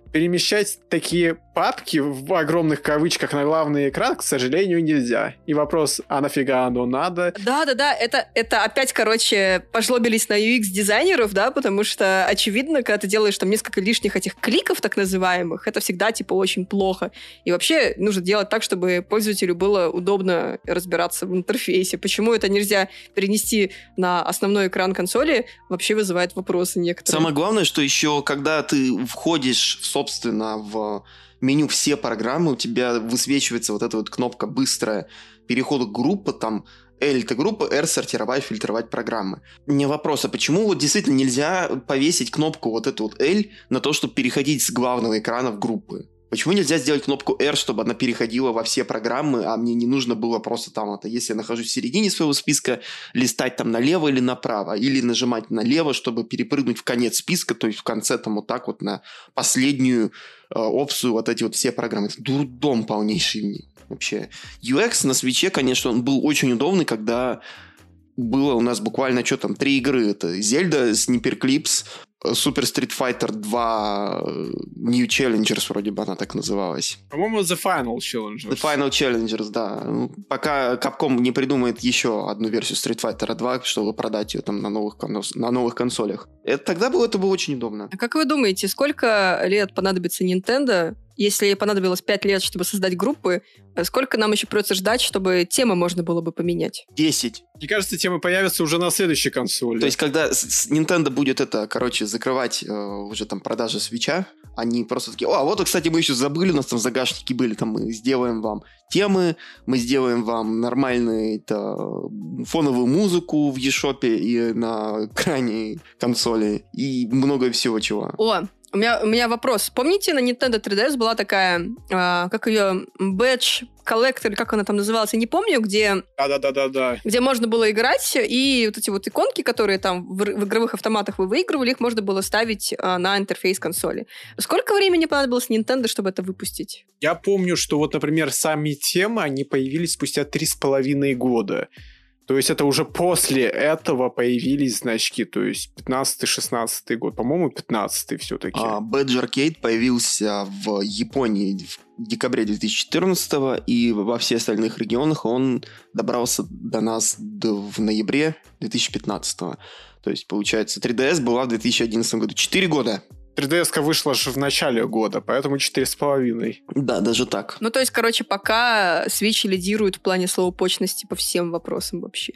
перемещать такие папки в огромных кавычках на главный экран, к сожалению, нельзя. И вопрос, а нафига оно надо? Да-да-да, это, это опять, короче, пожлобились на ю экс-дизайнеров, да, потому что, очевидно, когда ты делаешь там несколько лишних этих кликов, так называемых, это всегда, типа, очень плохо. И вообще нужно делать так, чтобы пользователю было удобно разбираться в интерфейсе. Почему это нельзя перенести на основной экран консоли, вообще вызывает вопросы некоторые. Самое главное, что еще, когда ты входишь, собственно, в меню «Все программы», у тебя высвечивается вот эта вот кнопка «Быстрая переход к группе», там L — это группа, R — сортировать, фильтровать программы. Мне вопрос, а почему вот действительно нельзя повесить кнопку вот эту вот L на то, чтобы переходить с главного экрана в группы? Почему нельзя сделать кнопку R, чтобы она переходила во все программы, а мне не нужно было просто там, это, если я нахожусь в середине своего списка, листать там налево или направо, или нажимать налево, чтобы перепрыгнуть в конец списка, то есть в конце там вот так вот на последнюю э, опцию вот эти вот все программы. Это дурдом полнейший вообще. ю экс на свитче, конечно, он был очень удобный, когда было у нас буквально, что там, три игры. Это Zelda, Sniper Clips, Super Street Fighter два New Challengers, вроде бы она так называлась. По-моему, The Final Challengers. The Final Challengers, да. Ну, пока Capcom не придумает еще одну версию Street Fighter два, чтобы продать ее там на новых, на новых консолях. Это, тогда было, это было очень удобно. А как вы думаете, сколько лет понадобится Nintendo, если ей понадобилось пять лет, чтобы создать группы, сколько нам еще придется ждать, чтобы темы можно было бы поменять? десять. Мне кажется, темы появятся уже на следующей консоли. То есть, когда Nintendo будет это, короче, закрывать э, уже там продажи свитча, они просто такие: о, а вот, кстати, мы еще забыли, у нас там в загашнике были, там мы сделаем вам темы, мы сделаем вам нормальную это, фоновую музыку в eShop и на крайней консоли, и много всего чего. О, У меня, у меня вопрос. Помните, на Nintendo три ди эс была такая, а, как ее, Badge Collector, как она там называлась, я не помню, где... Да-да-да-да-да. Где можно было играть, и вот эти вот иконки, которые там в, в игровых автоматах вы выигрывали, их можно было ставить а, на интерфейс консоли. Сколько времени понадобилось Nintendo, чтобы это выпустить? Я помню, что вот, например, сами темы, они появились спустя три с половиной года. То есть это уже после этого появились значки, то есть пятнадцатый-шестнадцатый год, по-моему, пятнадцатый все-таки. А, Badge Arcade появился в Японии в декабре две тысячи четырнадцатого, и во всех остальных регионах он добрался до нас в ноябре две тысячи пятнадцатого. То есть, получается, три ди эс была в две тысячи одиннадцатом году. Четыре года. три ди эс-ка вышла же в начале года, поэтому четыре с половиной. Да, даже так. Ну, то есть, короче, пока Switch лидирует в плане словопочности по всем вопросам вообще.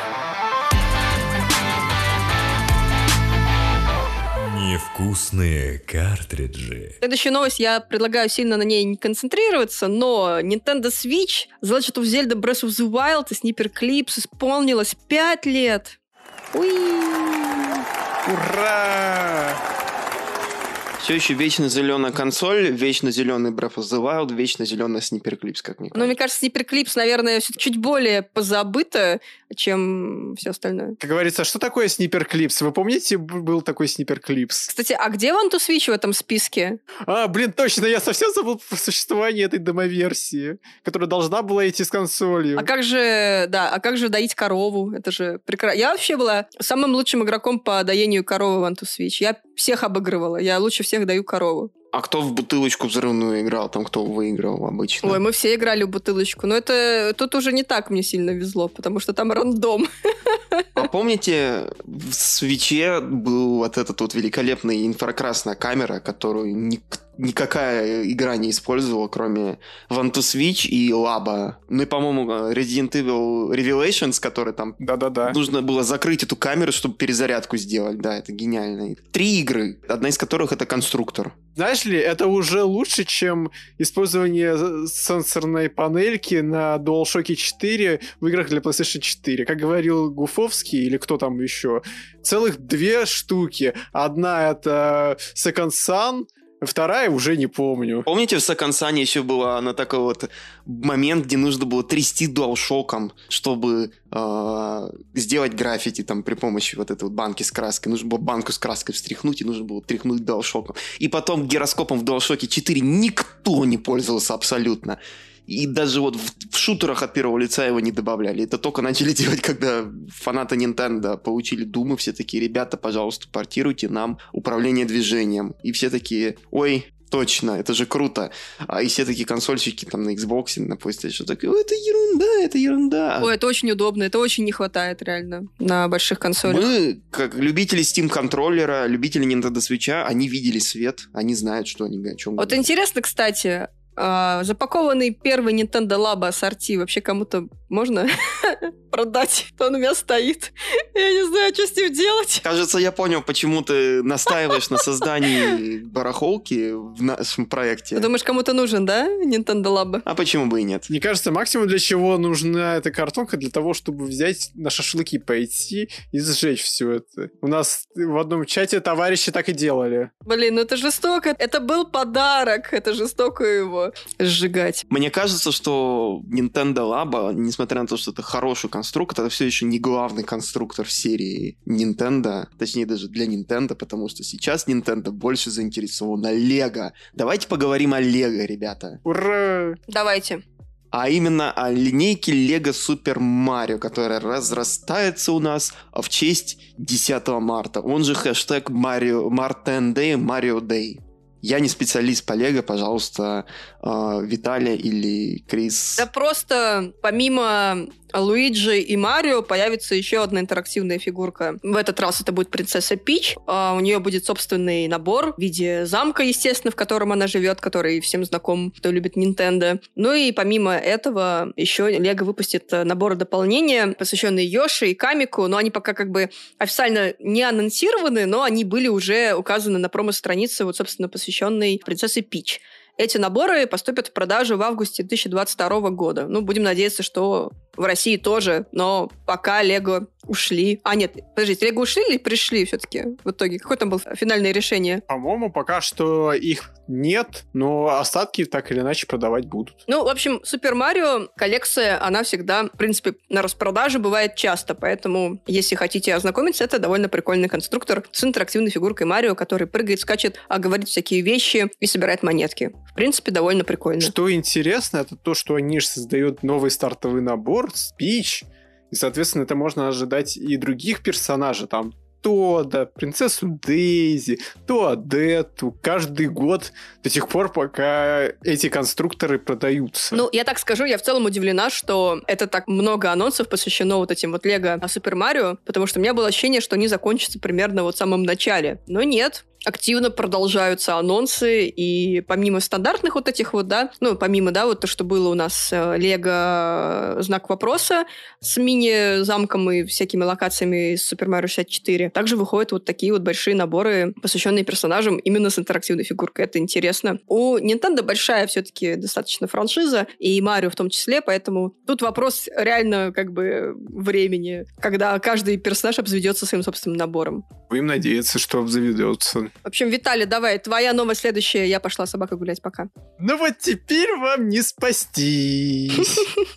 Невкусные картриджи. Следующая новость, я предлагаю сильно на ней не концентрироваться, но Nintendo Switch, The Legend of Zelda Breath of the Wild и Sniper Clips исполнилось пять лет. Уи! Ура! Все еще вечно зеленая консоль, вечно зеленый Breath of the Wild, вечно зеленый Sniper Clips, как мне кажется. Ну, мне кажется, Sniper Clips, наверное, все-таки чуть более позабыто, чем все остальное. Как говорится, что такое Sniper Clips? Вы помните, был такой Sniper Clips? Кстати, а где One to Switch в этом списке? А, блин, точно, я совсем забыл про существование этой демоверсии, которая должна была идти с консолью. А как же, да, а как же доить корову? Это же прекрасно. Я вообще была самым лучшим игроком по доению коровы в One to Switch. Я всех обыгрывала. Я лучше всех даю корову. А кто в бутылочку взрывную играл? Там кто выиграл обычно? Ой, мы все играли в бутылочку. Но это тут уже не так мне сильно везло, потому что там рандом. А помните, в Свитче был вот этот вот великолепный инфракрасная камера, которую ник- никакая игра не использовала, кроме One to Switch и Labo. Ну и, по-моему, Resident Evil Revelations, который там... Да-да-да. Нужно было закрыть эту камеру, чтобы перезарядку сделать. Да, это гениально. Три игры, одна из которых это конструктор. Знаешь ли, это уже лучше, чем использование сенсорной панельки на DualShock четыре в играх для PlayStation четыре. Как говорил Гуфовский, или кто там еще, целых две штуки. Одна — это Second Son, вторая уже не помню. Помните, в Second Son еще была на такой вот момент, где нужно было трясти DualShock'ом, чтобы э, сделать граффити там при помощи вот этой вот банки с краской. Нужно было банку с краской встряхнуть, и нужно было тряхнуть DualShock'ом. И потом гироскопом в DualShock четыре никто не пользовался абсолютно. И даже вот в, в шутерах от первого лица его не добавляли. Это только начали делать, когда фанаты Nintendo получили думы. Все такие: ребята, пожалуйста, портируйте нам управление движением. И все такие: ой, Точно, это же круто. А и все такие консольщики там на Xbox, на PlayStation, так, это ерунда, это ерунда. Ой, это очень удобно, это очень не хватает реально на больших консолях. Мы, как любители Steam контроллера, любители Nintendo Switch, они видели свет, они знают, что они о чем Вот говорят. интересно, кстати, а, запакованный первый Nintendo Labo ассорти вообще кому-то можно продать? Он у меня стоит. Я не знаю, что с ним делать. Кажется, я понял, почему ты настаиваешь на создании барахолки в нашем проекте. Ты думаешь, кому-то нужен, да, Nintendo Labo? А почему бы и нет? Мне кажется, максимум для чего нужна эта картонка, для того, чтобы взять на шашлыки пойти и сжечь все это. У нас в одном чате товарищи так и делали. Блин, ну это жестоко. Это был подарок. Это жестоко его сжигать. Мне кажется, что Nintendo Labo, несмотря на то, что это хороший конструктор, это все еще не главный конструктор в серии Nintendo. Точнее, даже для Nintendo, потому что сейчас Nintendo больше заинтересована Lego. Давайте поговорим о Lego, ребята. Ура! Давайте. А именно о линейке Lego Super Mario, которая разрастается у нас в честь десятого марта. Он же хэштег Mario, Martin Day, Mario Day. Я не специалист по Лего, пожалуйста, Виталия или Крис. Да просто помимо Луиджи и Марио появится еще одна интерактивная фигурка. В этот раз это будет принцесса Пич. У нее будет собственный набор в виде замка, естественно, в котором она живет, который всем знаком, кто любит Nintendo. Ну и помимо этого еще Лего выпустит наборы дополнения, посвященные Йоши и Камику, но они пока как бы официально не анонсированы, но они были уже указаны на промо-странице, вот, собственно, посвященной принцессе Пич. Эти наборы поступят в продажу в августе две тысячи двадцать второго года. Ну, будем надеяться, что в России тоже, но пока Лего ушли. А, нет, подождите, Лего ушли или пришли все-таки в итоге? Какое там было финальное решение? По-моему, пока что их нет, но остатки так или иначе продавать будут. Ну, в общем, Супер Марио коллекция, она всегда, в принципе, на распродаже бывает часто, поэтому, если хотите ознакомиться, это довольно прикольный конструктор с интерактивной фигуркой Марио, который прыгает, скачет, а говорит всякие вещи и собирает монетки. В принципе, довольно прикольно. Что интересно, это то, что они же создают новый стартовый набор, Пич, и, соответственно, это можно ожидать и других персонажей, там, Тодда, принцессу Дейзи, Туадетту, каждый год до тех пор, пока эти конструкторы продаются. Ну, я так скажу, я в целом удивлена, что это так много анонсов посвящено вот этим вот Лего Супер Марио, потому что у меня было ощущение, что они закончатся примерно вот в самом начале. Но нет. Активно продолжаются анонсы, и помимо стандартных вот этих вот, да, ну, помимо, да, вот то, что было у нас Лего знак вопроса с мини-замком и всякими локациями из Super Mario шестьдесят четыре, также выходят вот такие вот большие наборы, посвященные персонажам именно с интерактивной фигуркой. Это интересно. У Nintendo большая все-таки достаточно франшиза, и Марио в том числе, поэтому тут вопрос реально как бы времени, когда каждый персонаж обзаведется своим собственным набором. Будем надеяться, что обзаведется. В общем, Виталий, давай, твоя новость следующая. Я пошла собака гулять, пока. Ну вот теперь вам не спастись.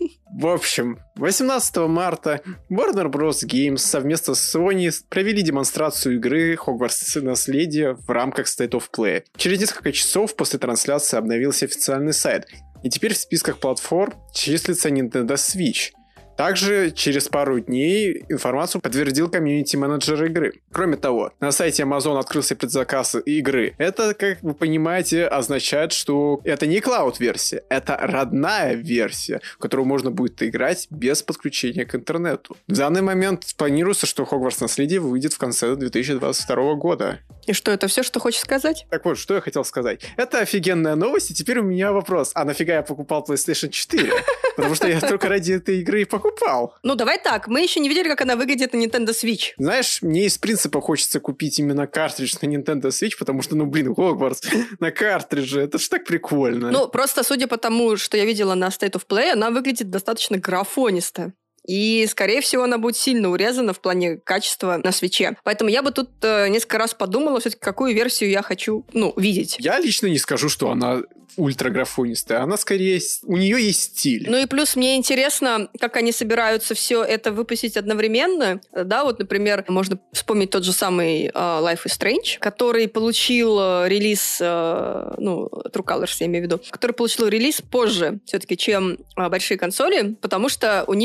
В общем, восемнадцатого марта Warner Bros. Games совместно с Sony провели демонстрацию игры Hogwarts Наследие в рамках State of Play. Через несколько часов после трансляции обновился официальный сайт, и теперь в списках платформ числится Nintendo Switch. Также через пару дней информацию подтвердил комьюнити-менеджер игры. Кроме того, на сайте Amazon открылся предзаказ игры. Это, как вы понимаете, означает, что это не клауд-версия, это родная версия, в которую можно будет играть без подключения к интернету. В данный момент планируется, что Hogwarts Наследие выйдет в конце две тысячи двадцать второго года. И что, это все, что хочешь сказать? Так вот, что я хотел сказать. Это офигенная новость, и теперь у меня вопрос. А нафига я покупал PlayStation четыре? Потому что я только ради этой игры и покупал. Ну, давай так. Мы еще не видели, как она выглядит на Nintendo Switch. Знаешь, мне из принципа хочется купить именно картридж на Nintendo Switch, потому что, ну, блин, Hogwarts на картридже, это ж так прикольно. Ну, просто судя по тому, что я видела на State of Play, она выглядит достаточно графонисто. И, скорее всего, она будет сильно урезана в плане качества на свитче. Поэтому я бы тут э, несколько раз подумала, все-таки, какую версию я хочу, ну, видеть. Я лично не скажу, что она ультраграфонистая. Она скорее... У нее есть стиль. Ну и плюс мне интересно, как они собираются все это выпустить одновременно. Да, вот, например, можно вспомнить тот же самый uh, Life is Strange, который получил uh, релиз, uh, ну, True Colors, я имею в виду, который получил релиз позже все-таки, чем uh, большие консоли, потому что у них много времени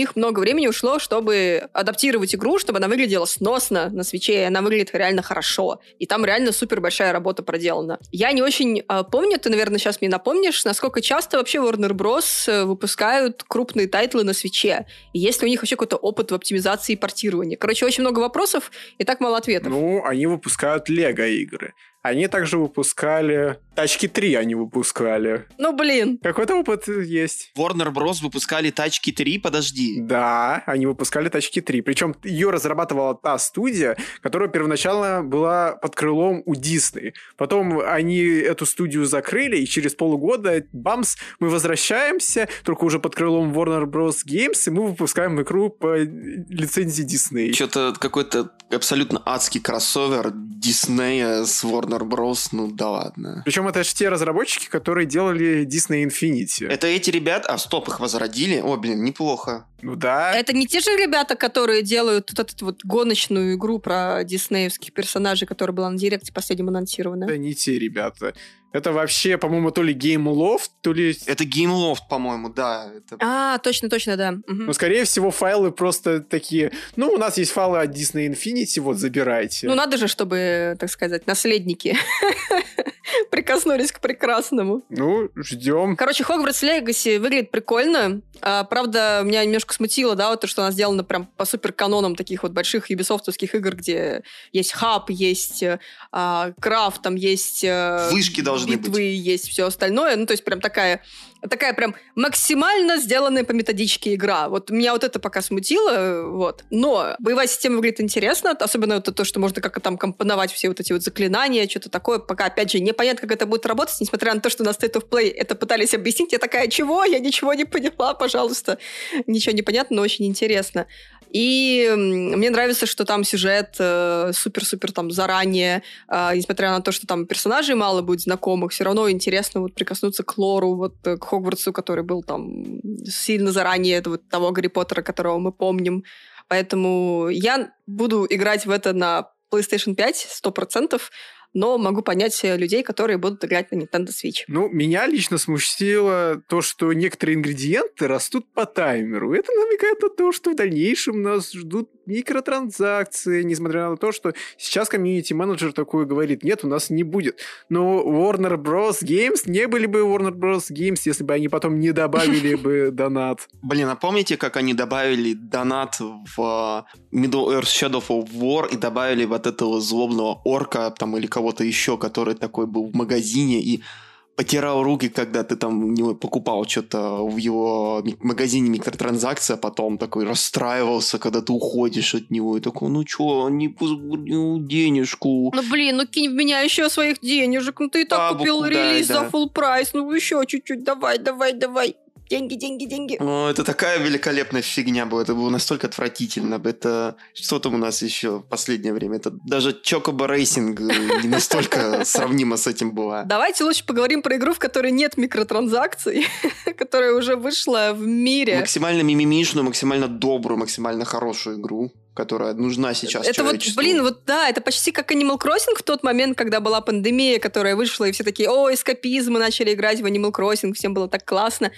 времени ушло, чтобы адаптировать игру, чтобы она выглядела сносно на свитче, и она выглядит реально хорошо. И там реально супер большая работа проделана. Я не очень э, помню, ты, наверное, сейчас мне напомнишь, насколько часто вообще Warner Bros. Выпускают крупные тайтлы на свитче. И есть ли у них вообще какой-то опыт в оптимизации и портировании? Короче, очень много вопросов и так мало ответов. Ну, они выпускают Лего-игры. Они также выпускали... Тачки три они выпускали. Ну, блин. Какой-то опыт есть. Warner Bros. Выпускали Тачки три, подожди. Да, они выпускали Тачки три. Причем ее разрабатывала та студия, которая первоначально была под крылом у Disney. Потом они эту студию закрыли, и через полгода, бамс, мы возвращаемся, только уже под крылом Warner Bros. Games, и мы выпускаем игру по лицензии Disney. Что-то какой-то абсолютно адский кроссовер Disney с Warner Bros. Ну да ладно. Причем это же те разработчики, которые делали Disney Infinity. Это эти ребята... А, стоп, их возродили? О, блин, неплохо. Ну да. Это не те же ребята, которые делают вот эту вот гоночную игру про диснеевских персонажей, которая была на Директе последнем анонсирована? Это не те ребята. Это вообще, по-моему, то ли Gameloft, то ли... Это Gameloft, по-моему, да. Это... А, точно-точно, да. Угу. Ну, скорее всего, файлы просто такие... Ну, у нас есть файлы от Disney Infinity, вот, забирайте. Ну, надо же, чтобы, так сказать, наследники прикоснулись к прекрасному. Ну, ждем. Короче, Hogwarts Legacy выглядит прикольно. А, правда, меня немножко смутило, да, вот то, что она сделана прям по супер канонам таких вот больших юбисофтовских игр, где есть хаб, есть а, крафт, там есть... А, вышки должны битвы, быть. Есть все остальное. Ну, то есть прям такая... Такая прям максимально сделанная по методичке игра. Вот меня вот это пока смутило, вот. Но боевая система выглядит интересно, особенно вот то, что можно как-то там компоновать все вот эти вот заклинания, что-то такое. Пока, опять же, непонятно, как это будет работать, несмотря на то, что на State of Play это пытались объяснить. Я такая, чего? Я ничего не поняла, пожалуйста. Ничего не понятно, но очень интересно. И мне нравится, что там сюжет э, супер-супер там заранее, э, несмотря на то, что там персонажей мало будет знакомых, все равно интересно вот прикоснуться к лору, вот к Хогвартсу, который был там сильно заранее вот, того Гарри Поттера, которого мы помним. Поэтому я буду играть в это на PlayStation пять сто процентов, но могу понять людей, которые будут играть на Nintendo Switch. Ну, меня лично смущило то, что некоторые ингредиенты растут по таймеру. Это намекает на то, что в дальнейшем нас ждут микротранзакции, несмотря на то, что сейчас комьюнити-менеджер такое говорит, нет, у нас не будет. Но Warner Bros. Games не были бы Warner Bros. Games, если бы они потом не добавили бы донат. Блин, а помните, как они добавили донат в Middle-earth Shadow of War и добавили вот этого злобного орка там или кого-то еще, который такой был в магазине и потирал руки, когда ты там у него покупал что-то в его магазине микротранзакции, а потом такой расстраивался, когда ты уходишь от него, и такой, ну чё, не позвонил денежку. Ну блин, ну кинь в меня еще своих денежек, ну ты и так Бабу купил куда, релиз да. за full прайс, ну еще чуть-чуть, давай, давай, давай. Деньги, деньги, деньги. Ну, это такая великолепная фигня была. Это было настолько отвратительно. Это что там у нас еще в последнее время? Это даже Chocobo Racing не настолько сравнимо с этим была. Давайте лучше поговорим про игру, в которой нет микротранзакций, которая уже вышла в мире. Максимально мимимишную, максимально добрую, максимально хорошую игру, которая нужна сейчас это человечеству. Вот, блин, вот да, это почти как Animal Crossing в тот момент, когда была пандемия, которая вышла, и все такие, о, эскапизм, мы начали играть в Animal Crossing, всем было так классно.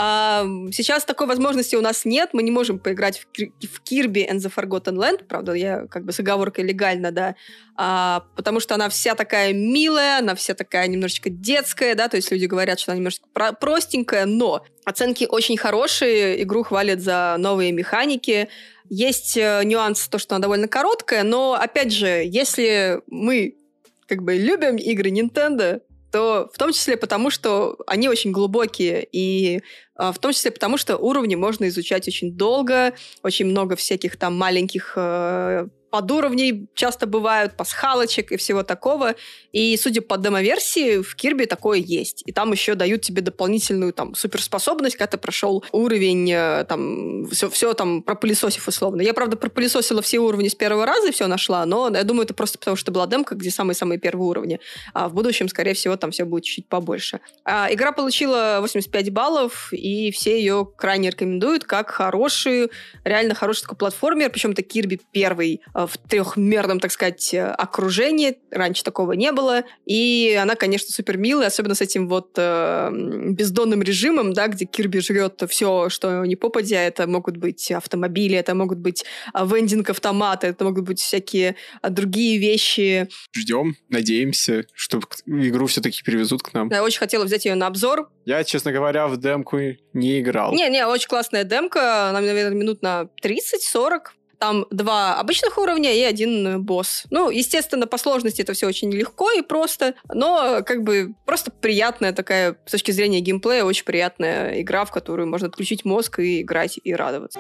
А сейчас такой возможности у нас нет, мы не можем поиграть в, в Kirby and the Forgotten Land, правда, я как бы с оговоркой легально, да, а, потому что она вся такая милая, она вся такая немножечко детская, да, то есть люди говорят, что она немножечко про- простенькая, но оценки очень хорошие, игру хвалят за новые механики. Есть э, нюанс, то, что она довольно короткая, но, опять же, если мы как бы любим игры Nintendo, то в том числе потому, что они очень глубокие, и э, в том числе потому, что уровни можно изучать очень долго, очень много всяких там маленьких э, подуровней часто бывают, пасхалочек и всего такого. И, судя по демо-версии, в Kirby такое есть. И там еще дают тебе дополнительную там суперспособность, когда ты прошел уровень, там, все, все там пропылесосив условно. Я, правда, пропылесосила все уровни с первого раза и все нашла, но я думаю, это просто потому, что была демка, где самые-самые первые уровни. А в будущем, скорее всего, там все будет чуть побольше. А игра получила восемьдесят пять баллов, и все ее крайне рекомендуют как хороший, реально хороший такой платформер, причем это Kirby первый, в трехмерном, так сказать, окружении. Раньше такого не было. И она, конечно, супер милая, особенно с этим вот э, бездонным режимом, да, где Кирби жрет все, что не попадя. Это могут быть автомобили, это могут быть вендинг-автоматы, это могут быть всякие другие вещи. Ждем, надеемся, что игру все-таки перевезут к нам. Я очень хотела взять ее на обзор. Я, честно говоря, в демку не играл. Не-не, очень классная демка. Она, наверное, минут на тридцать-сорок. Там два обычных уровня и один босс. Ну, естественно, по сложности это все очень легко и просто, но как бы просто приятная такая, с точки зрения геймплея, очень приятная игра, в которую можно отключить мозг и играть, и радоваться.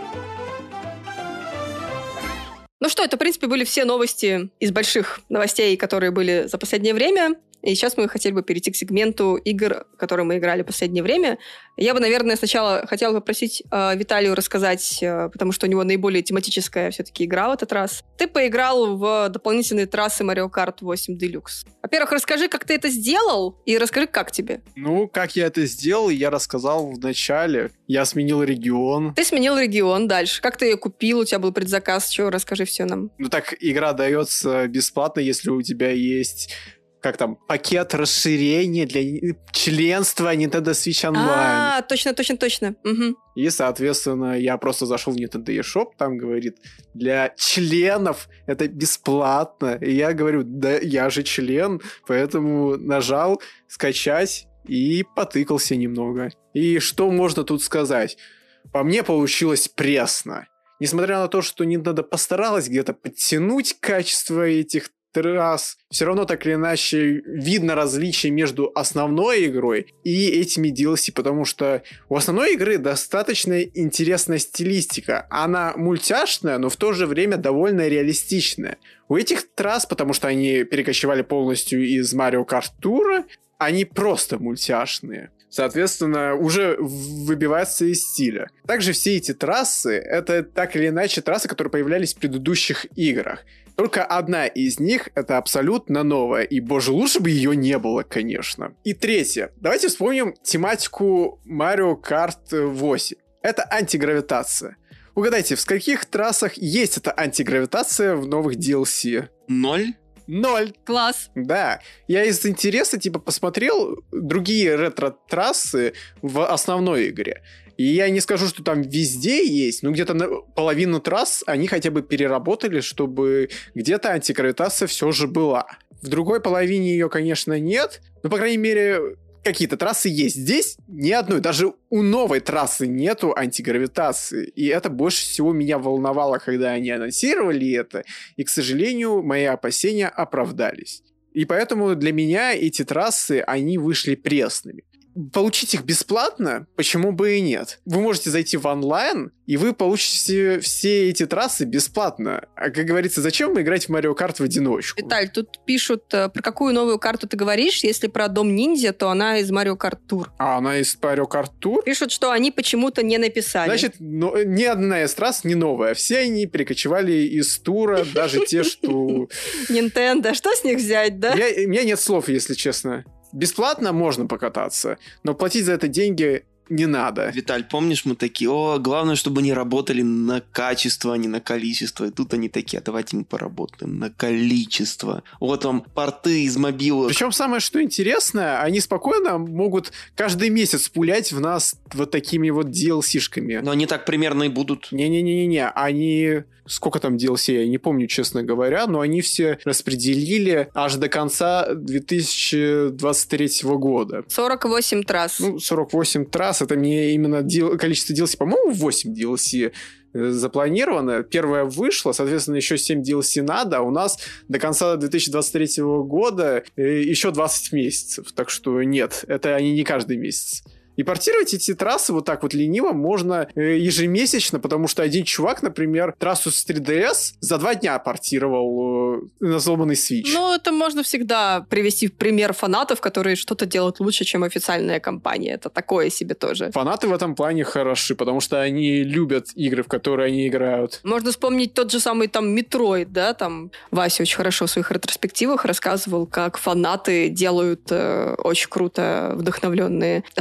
Ну что, это, в принципе, были все новости из больших новостей, которые были за последнее время. И сейчас мы хотели бы перейти к сегменту игр, которые мы играли в последнее время. Я бы, наверное, сначала хотела попросить э, Виталию рассказать, э, потому что у него наиболее тематическая все-таки игра в этот раз. Ты поиграл в дополнительные трассы Mario Kart восемь Deluxe. Во-первых, расскажи, как ты это сделал, и расскажи, как тебе. Ну, как я это сделал, я рассказал в начале. Я сменил регион. Ты сменил регион дальше. Как ты ее купил? У тебя был предзаказ? Что? Расскажи все нам. Ну так, игра дается бесплатно, если у тебя есть... как там, пакет расширения для членства Nintendo Switch Online. А, точно, точно, точно. Угу. И, соответственно, я просто зашел в Nintendo eShop, там говорит, для членов это бесплатно. И я говорю, да, я же член, поэтому нажал скачать и потыкался немного. И что можно тут сказать? По мне получилось пресно. Несмотря на то, что Nintendo постаралась где-то подтянуть качество этих раз, все равно так или иначе видно различие между основной игрой и этими ди эл си, потому что у основной игры достаточно интересная стилистика. Она мультяшная, но в то же время довольно реалистичная. У этих трасс, потому что они перекочевали полностью из Mario Kart Tour, они просто мультяшные. Соответственно, уже выбивается из стиля. Также все эти трассы, это так или иначе трассы, которые появлялись в предыдущих играх. Только одна из них — это абсолютно новая, и, боже, лучше бы ее не было, конечно. И третье. Давайте вспомним тематику Mario Kart восемь. Это антигравитация. Угадайте, в скольких трассах есть эта антигравитация в новых ди эл си? Ноль? Ноль. Класс. Да. Я из интереса, типа, посмотрел другие ретро-трассы в основной игре. И я не скажу, что там везде есть, но где-то на половину трасс они хотя бы переработали, чтобы где-то антигравитация все же была. В другой половине ее, конечно, нет, но, по крайней мере, какие-то трассы есть. Здесь ни одной, даже у новой трассы нету антигравитации. И это больше всего меня волновало, когда они анонсировали это. И, к сожалению, мои опасения оправдались. И поэтому для меня эти трассы, они вышли пресными. Получить их бесплатно, почему бы и нет? Вы можете зайти в онлайн, и вы получите все эти трассы бесплатно. А, как говорится, зачем играть в Mario Kart в одиночку? Виталь, тут пишут, про какую новую карту ты говоришь. Если про Дом Ниндзя, то она из Mario Kart Tour. А, она из Mario Kart Tour? Пишут, что они почему-то не написали. Значит, но, ни одна из трасс не новая. Все они перекочевали из тура, даже те, что... Nintendo, что с них взять, да? У меня нет слов, если честно. Бесплатно можно покататься, но платить за это деньги не надо. Виталь, помнишь, мы такие, о, главное, чтобы они работали на качество, а не на количество. И тут они такие, а давайте мы поработаем на количество. Вот вам порты из мобилок. Причем самое, что интересное, они спокойно могут каждый месяц пулять в нас вот такими вот ди эл си-шками. Но они так примерно и будут. Не-не-не-не, они... Сколько там ди эл си, я не помню, честно говоря, но они все распределили аж до конца две тысячи двадцать третьего года. сорок восемь трасс. Ну, сорок восемь трасс, это мне именно ди эл... количество ди эл си, по-моему, восемь ди эл си запланировано. Первая вышла, соответственно, еще семь ди эл си надо, а у нас до конца две тысячи двадцать третьего года еще двадцать месяцев. Так что нет, это они не каждый месяц. И портировать эти трассы вот так вот лениво можно ежемесячно, потому что один чувак, например, трассу с три ди эс за два дня портировал на сломанный Switch. Ну, это можно всегда привести в пример фанатов, которые что-то делают лучше, чем официальная компания. Это такое себе тоже. Фанаты в этом плане хороши, потому что они любят игры, в которые они играют. Можно вспомнить тот же самый там Metroid, да, там Вася очень хорошо в своих ретроспективах рассказывал, как фанаты делают э, очень круто вдохновленные основной игрой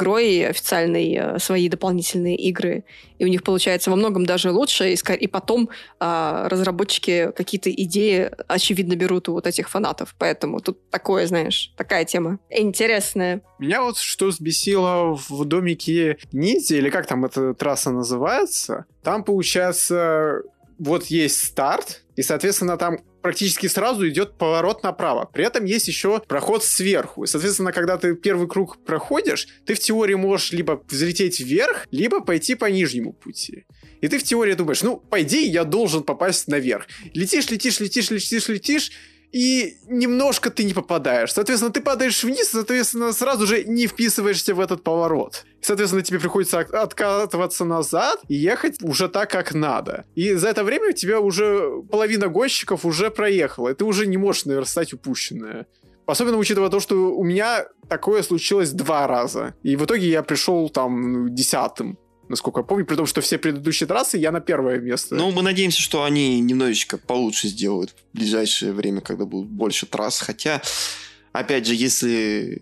игрой официальной свои дополнительные игры. И у них получается во многом даже лучше. И, и потом а, разработчики какие-то идеи, очевидно, берут у вот этих фанатов. Поэтому тут такое, знаешь, такая тема интересная. Меня вот что взбесило в домике ниндзя, или как там эта трасса называется, там, получается, вот есть старт, и, соответственно, там практически сразу идет поворот направо. При этом есть еще проход сверху. И, соответственно, когда ты первый круг проходишь, ты в теории можешь либо взлететь вверх, либо пойти по нижнему пути. И ты в теории думаешь, ну, по идее, я должен попасть наверх. Летишь, летишь, летишь, летишь, летишь, и немножко ты не попадаешь. Соответственно, ты падаешь вниз, соответственно, сразу же не вписываешься в этот поворот. Соответственно, тебе приходится откатываться назад и ехать уже так, как надо. И за это время у тебя уже половина гонщиков уже проехала, и ты уже не можешь наверстать упущенное. Особенно учитывая то, что у меня такое случилось два раза. И в итоге я пришел там десятым. Насколько я помню, при том, что все предыдущие трассы я на первое место. Ну, мы надеемся, что они немножечко получше сделают в ближайшее время, когда будет больше трасс. Хотя, опять же, если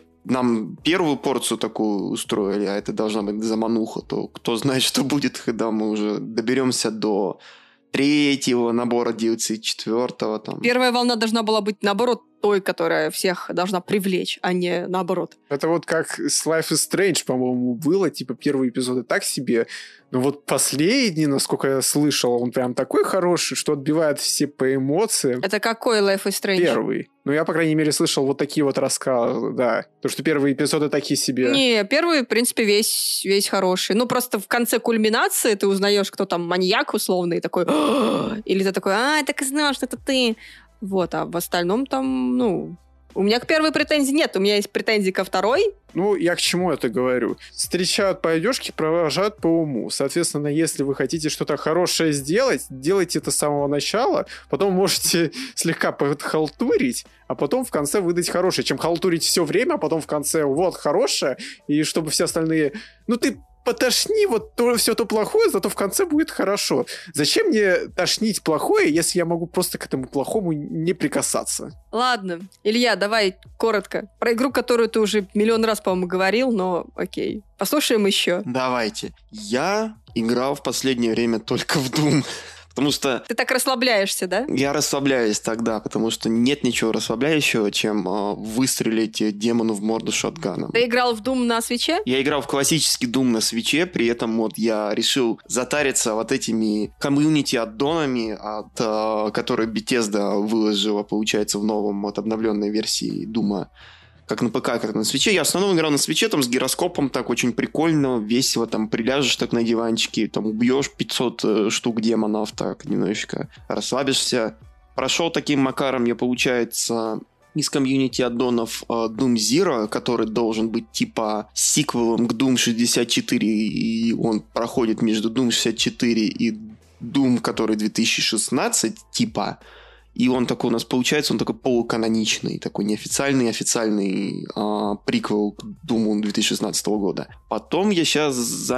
нам первую порцию такую устроили, а это должна быть замануха, то кто знает, что будет, когда мы уже доберемся до третьего набора ди эл си, четвертого. Там. Первая волна должна была быть, наоборот, той, которая всех должна привлечь, а не наоборот. Это вот как с Life is Strange, по-моему, было. Типа, первые эпизоды так себе. Но вот последний, насколько я слышал, он прям такой хороший, что отбивает все по эмоциям. Это какой Life is Strange? Первый. Ну, я, по крайней мере, слышал вот такие вот рассказы, да. То, что первые эпизоды такие себе. Не, первый, в принципе, весь, весь хороший. Ну, просто в конце кульминации ты узнаешь, кто там маньяк условный, такой... Или ты такой, а, я так и знал, что это ты... Вот, а в остальном там, ну... У меня к первой претензии нет, у меня есть претензии ко второй. Ну, я к чему это говорю? Встречают по одежке, провожают по уму. Соответственно, если вы хотите что-то хорошее сделать, делайте это с самого начала, потом можете слегка подхалтурить, а потом в конце выдать хорошее, чем халтурить все время, а потом в конце вот хорошее, и чтобы все остальные... Ну, ты... потошни вот то, все то плохое, зато в конце будет хорошо. Зачем мне тошнить плохое, если я могу просто к этому плохому не прикасаться? Ладно. Илья, давай коротко. Про игру, которую ты уже миллион раз, по-моему, говорил, но окей. Послушаем еще. Давайте. Я играл в последнее время только в Doom. Потому что... Ты так расслабляешься, да? Я расслабляюсь тогда, потому что нет ничего расслабляющего, чем э, выстрелить демону в морду шотганом. Ты играл в Doom на свитче? Я играл в классический Doom на свитче, при этом вот я решил затариться вот этими комьюнити-аддонами, от, э, которые Bethesda выложила, получается, в новом, вот, обновленной версии Doom. Как на ПК, как на свитче. Я в основном играл на свитче, там, с гироскопом, так очень прикольно, весело, там, приляжешь так на диванчике, там, убьешь пятьсот э, штук демонов, так, немножечко расслабишься. Прошел таким макаром я, получается, из комьюнити аддонов э, Doom Zero, который должен быть, типа, сиквелом к Doom шестьдесят четыре, и он проходит между Doom шестьдесят четыре и Doom, который две тысячи шестнадцать, типа... И он такой у нас получается, он такой полуканоничный, такой неофициальный, официальный э, приквел к Думу две тысячи шестнадцатого года. Потом я сейчас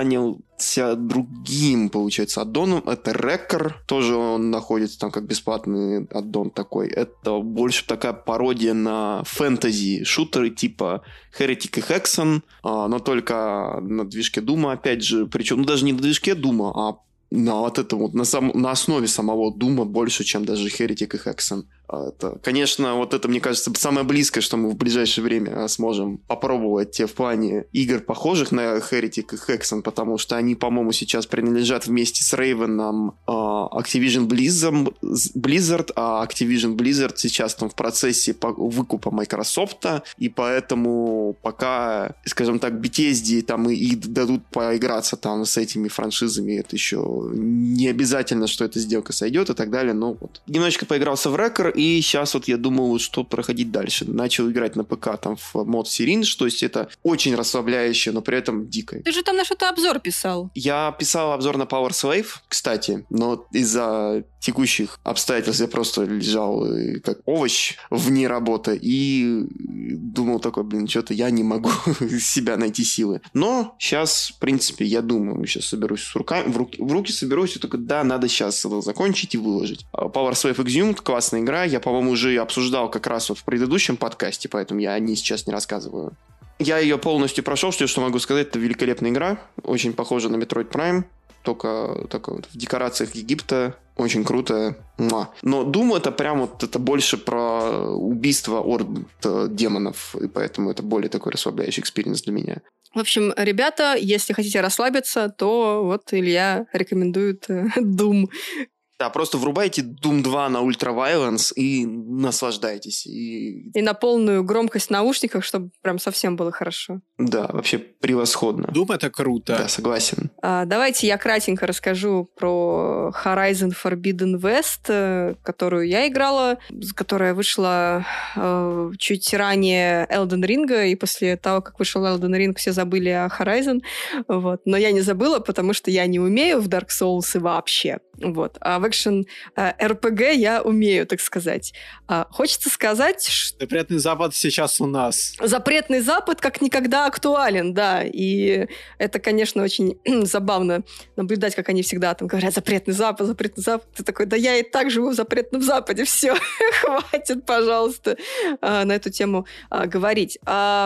занялся другим, получается, аддоном. Это Wrecker. Тоже он находится там как бесплатный аддон такой. Это больше такая пародия на фэнтези-шутеры типа Heretic и Hexen, э, но только на движке Дума, опять же. Причем, ну, даже не на движке Дума, а на вот этом вот, на, сам, на основе самого Дума больше, чем даже Heretic и Hexen. Это, конечно, вот это, мне кажется, самое близкое, что мы в ближайшее время сможем попробовать в плане игр, похожих на Heretic и Hexen, потому что они, по-моему, сейчас принадлежат вместе с Raven Activision Blizzard, Blizzard, а Activision Blizzard сейчас там в процессе выкупа Microsoft, и поэтому пока, скажем так, Bethesda там и, и дадут поиграться там с этими франшизами, это еще не обязательно, что эта сделка сойдет и так далее, но вот. Немножечко поигрался в Wrecker, и сейчас вот я думаю, что проходить дальше. Начал играть на ПК там в мод Syringe, то есть это очень расслабляюще, но при этом дико. Ты же там на что-то обзор писал. Я писал обзор на Power Slave, кстати, но из-за текущих обстоятельств я просто лежал как овощ вне работы и думал такой, блин, что-то я не могу себя найти силы. Но сейчас, в принципе, я думаю, сейчас соберусь с руками, в руки, в руки соберусь и только, да, надо сейчас это закончить и выложить. Power Slave Exhumed, классная игра, я, по-моему, уже обсуждал как раз вот в предыдущем подкасте, поэтому я о ней сейчас не рассказываю. Я ее полностью прошел, что, что могу сказать, это великолепная игра, очень похожа на Metroid Prime, только, только вот в декорациях Египта, очень круто. Муа. Но Doom это прям вот это больше про убийство орд демонов, и поэтому это более такой расслабляющий экспириенс для меня. В общем, ребята, если хотите расслабиться, то вот Илья рекомендует Doom. Да, просто врубайте Doom два на Ultra Violence и наслаждайтесь. И... и на полную громкость в наушниках, чтобы прям совсем было хорошо. Да, вообще превосходно. Doom это круто. Да, согласен. А, давайте я кратенько расскажу про Horizon Forbidden West, которую я играла, которая вышла э, чуть ранее Elden Ring, и после того, как вышел Elden Ring, все забыли о Horizon. Вот. Но я не забыла, потому что я не умею в Dark Souls и вообще. Вот. А в экшен эр пи джи я умею, так сказать. А, хочется сказать, что... Запретный Запад сейчас у нас. Запретный Запад как никогда актуален, да. И это, конечно, очень забавно наблюдать, как они всегда там говорят: запретный Запад, запретный Запад. Ты такой: да я и так живу в запретном Западе, все, хватит, пожалуйста, на эту тему говорить.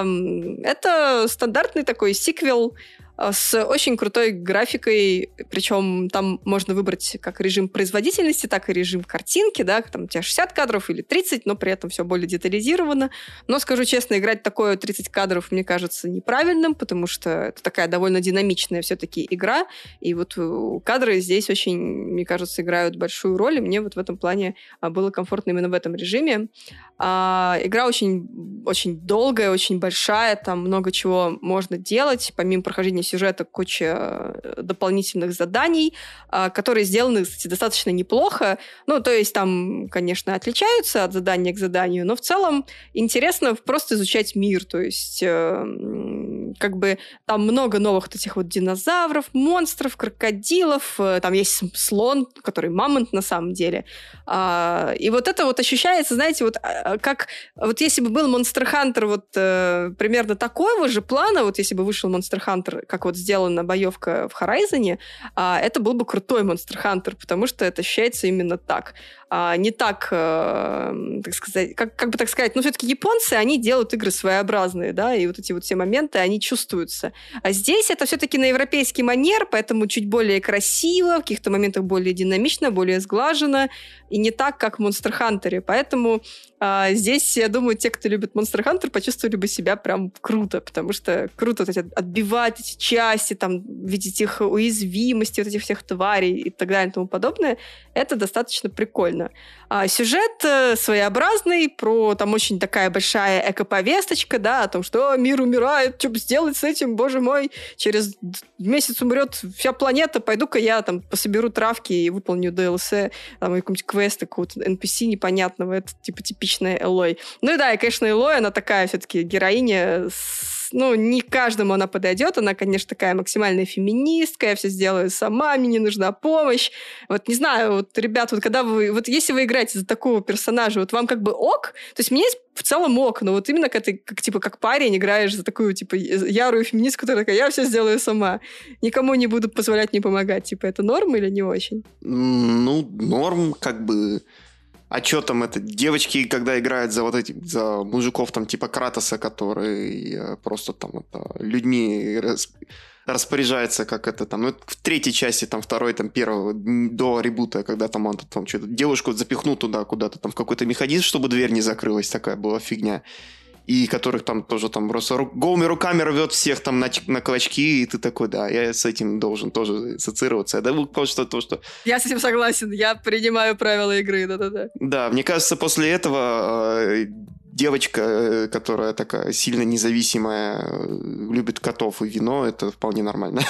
Это стандартный такой сиквел с очень крутой графикой, причем там можно выбрать как режим производительности, так и режим картинки, да, там у тебя шестьдесят кадров или тридцать, но при этом все более детализировано. Но, скажу честно, играть такое тридцать кадров мне кажется неправильным, потому что это такая довольно динамичная все-таки игра, и вот кадры здесь очень, мне кажется, играют большую роль, и мне вот в этом плане было комфортно именно в этом режиме. А, игра очень, очень долгая, очень большая, там много чего можно делать, помимо прохождения сюжета куча дополнительных заданий, которые сделаны, кстати, достаточно неплохо. Ну, то есть там, конечно, отличаются от задания к заданию, но в целом интересно просто изучать мир. То есть как бы там много новых вот этих вот динозавров, монстров, крокодилов. Там есть слон, который мамонт на самом деле. И вот это вот ощущается, знаете, вот как... Вот если бы был Monster Hunter вот примерно такого же плана, вот если бы вышел Monster Hunter, как вот сделана боевка в Horizon, это был бы крутой Monster Hunter, потому что это ощущается именно так. Не так, так сказать, как, как бы так сказать, но все-таки японцы, они делают игры своеобразные, да, и вот эти вот все моменты, они чувствуются. А здесь это все-таки на европейский манер, поэтому чуть более красиво, в каких-то моментах более динамично, более сглажено, и не так, как в Monster Hunter. Поэтому а, здесь, я думаю, те, кто любит Monster Hunter, почувствовали бы себя прям круто, потому что круто вот эти, отбивать эти части, там, видеть их уязвимости, вот этих всех тварей и так далее и тому подобное. Это достаточно прикольно. А, сюжет э, своеобразный, про там очень такая большая эко-повесточка, да, о том, что мир умирает, что бы сделать с этим, боже мой, через месяц умрет вся планета, пойду-ка я там пособеру травки и выполню ди эл си, там, какой-нибудь квест, какого-то эн пи си непонятного, это типа типичная Элой. Ну и да, и, конечно, Элой, она такая все-таки героиня с... Ну, не каждому она подойдет. Она, конечно, такая максимальная феминистка. Я все сделаю сама, мне не нужна помощь. Вот не знаю, вот, ребят, вот когда вы... Вот если вы играете за такого персонажа, вот вам как бы ок, то есть мне в целом ок, но вот именно когда ты, как, типа, как парень играешь за такую, типа, ярую феминистку, которая такая: я все сделаю сама. Никому не буду позволять мне помогать. Типа, это норм или не очень? Ну, норм, как бы... А что там это? Девочки, когда играют за вот эти, за мужиков там типа Кратоса, который просто там это, людьми рас, распоряжается, как это там, ну, в третьей части, там, второй, там, первого, до ребута, когда там он там что-то девушку запихнул туда куда-то, там, в какой-то механизм, чтобы дверь не закрылась, такая была фигня. И которых там тоже там просто ру- голыми руками рвет всех там на, на клочки, и ты такой: да, я с этим должен тоже ассоциироваться. Я думаю, что то, что... Я с этим согласен, я принимаю правила игры, да-да-да. Да, мне кажется, после этого э, девочка, э, которая такая сильно независимая, э, любит котов и вино, это вполне нормально.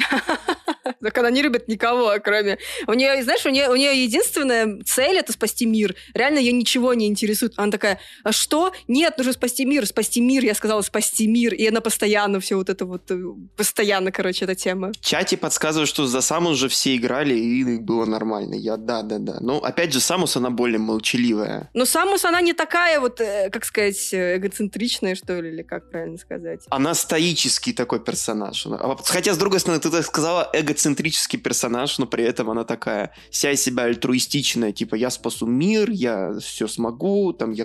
Так она не любит никого, кроме... У нее, знаешь, у нее, у нее единственная цель — это спасти мир. Реально ее ничего не интересует. Она такая: а что? Нет, нужно спасти мир, спасти мир. Я сказала: спасти мир. И она постоянно все вот это вот... Постоянно, короче, эта тема. В чате подсказывают, что за Самус же все играли, и было нормально. Я да-да-да. Но, опять же, Самус, она более молчаливая. Но Самус, она не такая вот, как сказать, эгоцентричная, что ли, или как правильно сказать? Она стоический такой персонаж. Хотя, с другой стороны, ты так сказала, эгоцентрический персонаж, но при этом она такая вся из себя альтруистичная, типа: я спасу мир, я все смогу, там, я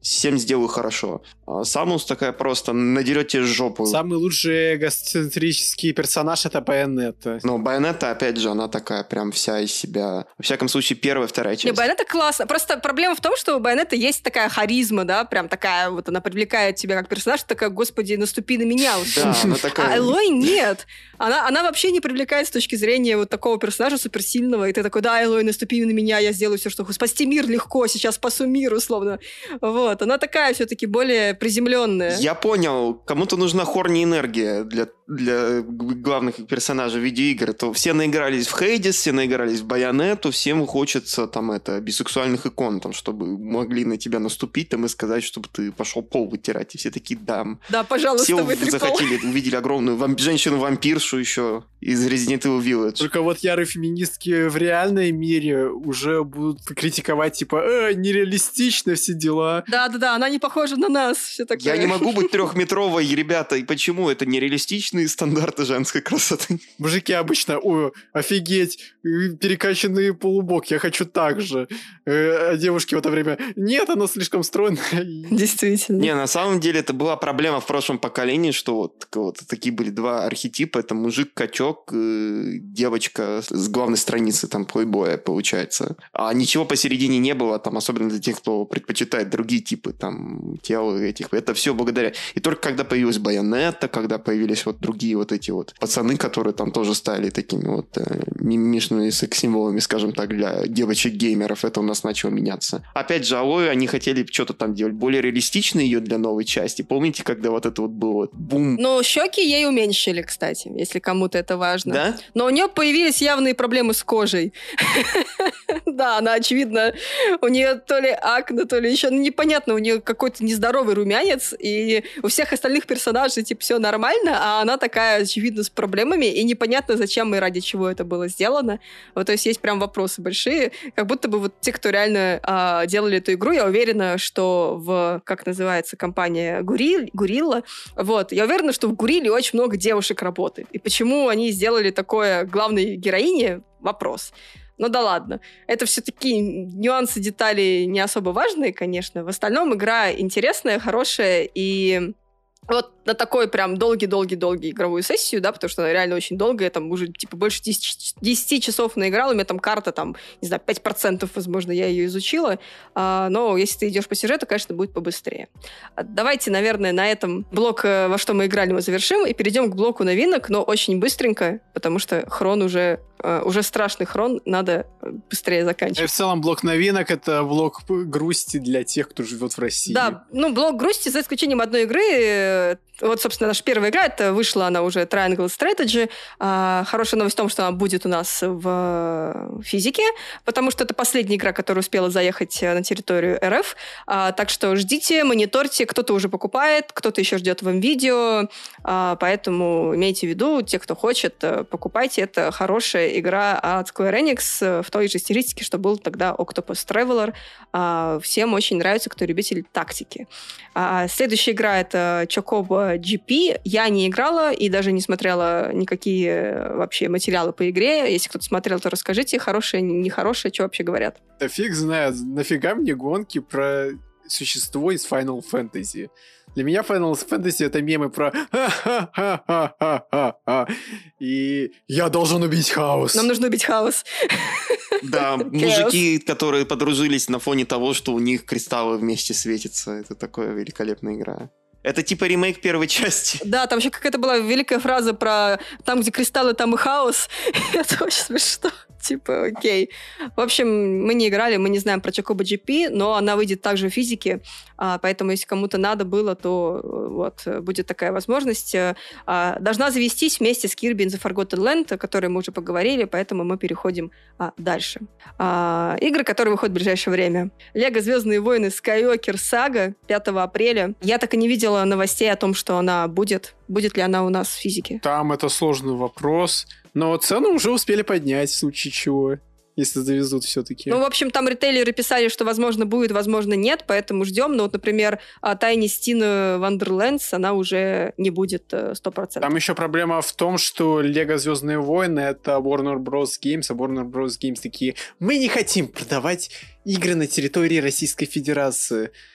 Всем сделаю хорошо. А Самус такая просто надерет тебе жопу. Самый лучший эгоцентрический персонаж — это Байонетта. Но Байонетта, опять же, она такая прям вся из себя. Во всяком случае, первая, вторая часть. Не, Байонетта классно. Просто проблема в том, что у Байонетты есть такая харизма, да, прям такая вот, она привлекает тебя как персонаж, такая, господи, наступи на меня. Да, она такая... А Элой нет. Она, она вообще не привлекает с точки зрения вот такого персонажа суперсильного, и ты такой, да, Элой, наступи на меня, я сделаю все, что хочу. Спасти мир легко, сейчас спасу мир, условно. Вот, она такая все-таки более приземленная. Я понял, кому-то нужна хорни-энергия для, для главных персонажей видеоигр. То все наигрались в Хейдис, все наигрались в Байонетту, всем хочется там это, бисексуальных икон, там, чтобы могли на тебя наступить там, и сказать, чтобы ты пошел пол вытирать. И все такие, да. Да, пожалуйста, все вытри пол. захотели, увидели огромную вам... женщину-вампиршу еще из Resident Evil Village. Только вот ярые феминистки в реальной мире уже будут критиковать, типа, э, нереалистично все дела. Да-да-да, она не похожа на нас. Все такое. Я не могу быть трехметровой, ребята. И почему? Это нереалистичные стандарты женской красоты. Мужики обычно, ой, офигеть, перекачанный полубок, я хочу так же. А девушки в это время, нет, она слишком стройная. Действительно. Не, на самом деле это была проблема в прошлом поколении, что вот, вот такие были два архетипа. Это мужик-качок, девочка с главной страницы там плейбоя, получается. А ничего посередине не было, там, особенно для тех, кто предпочитает другие типы там тел этих. Это все благодаря... И только когда появилась Байонетта, когда появились вот другие вот эти вот пацаны, которые там тоже стали такими вот э, мимишными секс-символами, скажем так, для девочек-геймеров, это у нас начало меняться. Опять же, Алой, они хотели что-то там делать более реалистично ее для новой части. Помните, когда вот это вот был вот бум? Ну, щеки ей уменьшили, кстати, если кому-то это важно. Да? Но у нее появились явные проблемы с кожей. Да, она, очевидно, у нее то ли акне, то ли еще, ну, непонятно, у нее какой-то нездоровый румянец, и у всех остальных персонажей, типа, все нормально, а она такая, очевидно, с проблемами, и непонятно, зачем и ради чего это было сделано. Вот, то есть есть прям вопросы большие, как будто бы вот те, кто реально а, делали эту игру, я уверена, что в, как называется, компания Гурил, Гурилла, вот, я уверена, что в Гуриле очень много девушек работает. И почему они сделали такое главной героине? Вопрос. Ну да ладно. Это все такие нюансы, детали не особо важные, конечно. В остальном игра интересная, хорошая, и вот на такой прям долгий-долгий-долгий игровую сессию, да, потому что она реально очень долгая, там уже типа больше десять часов наиграла, у меня там карта, там, не знаю, пять процентов, возможно, я ее изучила, а, но если ты идешь по сюжету, конечно, будет побыстрее. Давайте, наверное, на этом блок «Во что мы играли» мы завершим и перейдем к блоку новинок, но очень быстренько, потому что хрон уже, уже страшный хрон, надо быстрее заканчивать. И в целом блок новинок — это блок грусти для тех, кто живет в России. Да, ну, блок грусти, за исключением одной игры. Вот, собственно, наша первая игра, это вышла она уже Triangle Strategy. А, хорошая новость в том, что она будет у нас в физике, потому что это последняя игра, которая успела заехать на территорию эр эф. А, так что ждите, мониторьте, кто-то уже покупает, кто-то еще ждет в МВидео, а, поэтому имейте в виду, те, кто хочет, покупайте. Это хорошая игра от Square Enix в той же стилистике, что был тогда Octopus Traveler. А, всем очень нравится, кто любитель тактики. А, следующая игра — это Chocobo джи пи. Я не играла и даже не смотрела никакие вообще материалы по игре. Если кто-то смотрел, то расскажите, хорошее, нехорошее, что вообще говорят. Да фиг знает, нафига мне гонки про существо из Final Fantasy? Для меня Final Fantasy — это мемы про ха-ха-ха-ха-ха-ха. И я должен убить хаос. Нам нужно убить хаос. Да, мужики, которые подружились на фоне того, что у них кристаллы вместе светятся. Это такая великолепная игра. Это типа ремейк первой части. Да, там еще какая-то была великая фраза про там, где кристаллы, там и хаос. Это очень смешно. Типа, окей. В общем, мы не играли, мы не знаем про Chocobo джи пи, но она выйдет также в физике, поэтому если кому-то надо было, то вот, будет такая возможность. Должна завестись вместе с Kirby in the Forgotten Land, о которой мы уже поговорили, поэтому мы переходим дальше. Игры, которые выходят в ближайшее время. Лего Звездные войны Skywalker Saga пятого апреля. Я так и не видела новостей о том, что она будет. Будет ли она у нас в физике? Там это сложный вопрос. Но цену уже успели поднять, в случае чего, если завезут все-таки. Ну, в общем, там ритейлеры писали, что, возможно, будет, возможно, нет, поэтому ждем. Но вот, например, Tiny Tina Wonderlands, она уже не будет сто процентов. Там еще проблема в том, что Лего Звездные войны — это Warner Bros. Games, а Warner Bros. Games такие: мы не хотим продавать игры на территории Российской Федерации.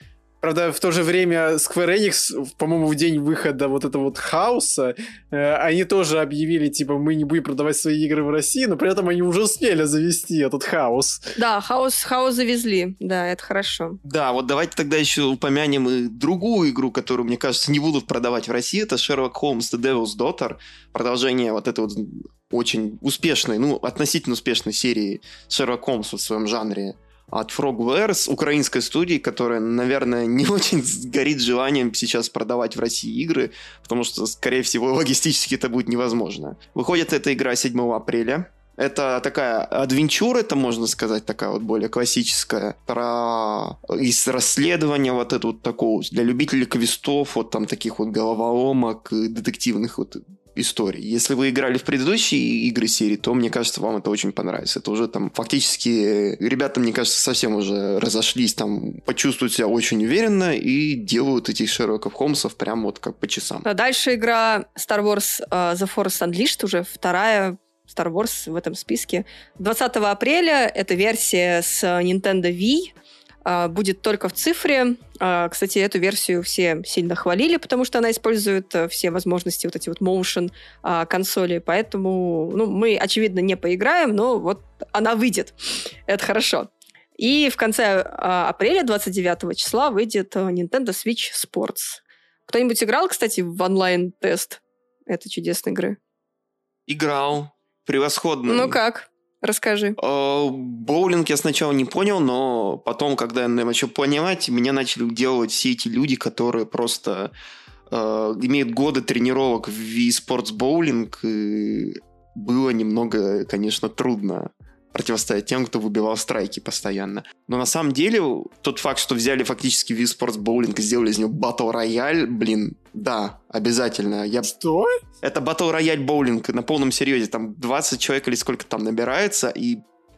Правда, в то же время Square Enix, по-моему, в день выхода вот этого вот хаоса, э, они тоже объявили, типа, мы не будем продавать свои игры в России, но при этом они уже успели завести этот хаос. Да, хаос, хаос завезли, да, это хорошо. Да, вот давайте тогда еще упомянем и другую игру, которую, мне кажется, не будут продавать в России. Это Sherlock Holmes The Devil's Daughter. Продолжение вот этой вот очень успешной, ну, относительно успешной серии Sherlock Holmes в своем жанре от Frogwares, украинской студии, которая, наверное, не очень горит желанием сейчас продавать в России игры, потому что, скорее всего, логистически это будет невозможно. Выходит эта игра седьмого апреля. Это такая адвенчура, это можно сказать, такая вот более классическая, про из расследования вот это вот такого, для любителей квестов, вот там таких вот головоломок, детективных вот историй. Если вы играли в предыдущие игры серии, то, мне кажется, вам это очень понравится. Это уже там фактически ребята, мне кажется, совсем уже разошлись, там почувствуют себя очень уверенно и делают этих Шерлоков Холмсов прям вот как по часам. А дальше игра Star Wars uh, The Force Unleashed, уже вторая Star Wars в этом списке. двадцатого апреля это версия с Nintendo Wii. Будет только в цифре. Кстати, эту версию все сильно хвалили, потому что она использует все возможности вот эти вот motion консоли. Поэтому ну, мы, очевидно, не поиграем, но вот она выйдет. Это хорошо. И в конце апреля, двадцать девятого числа, выйдет Nintendo Switch Sports. Кто-нибудь играл, кстати, в онлайн-тест этой чудесной игры? Играл. Превосходно. Ну как? Расскажи. Боулинг я сначала не понял, но потом, когда я начал понимать, меня начали делать все эти люди, которые просто э, имеют годы тренировок в Wii Sports Bowling, и было немного, конечно, трудно противостоять тем, кто выбивал страйки постоянно. Но на самом деле, тот факт, что взяли фактически Wii Sports Bowling и сделали из него Battle Royale, блин, да, обязательно. Я... Что? Это Battle Royale боулинг на полном серьезе. Там двадцать человек или сколько там набирается, и,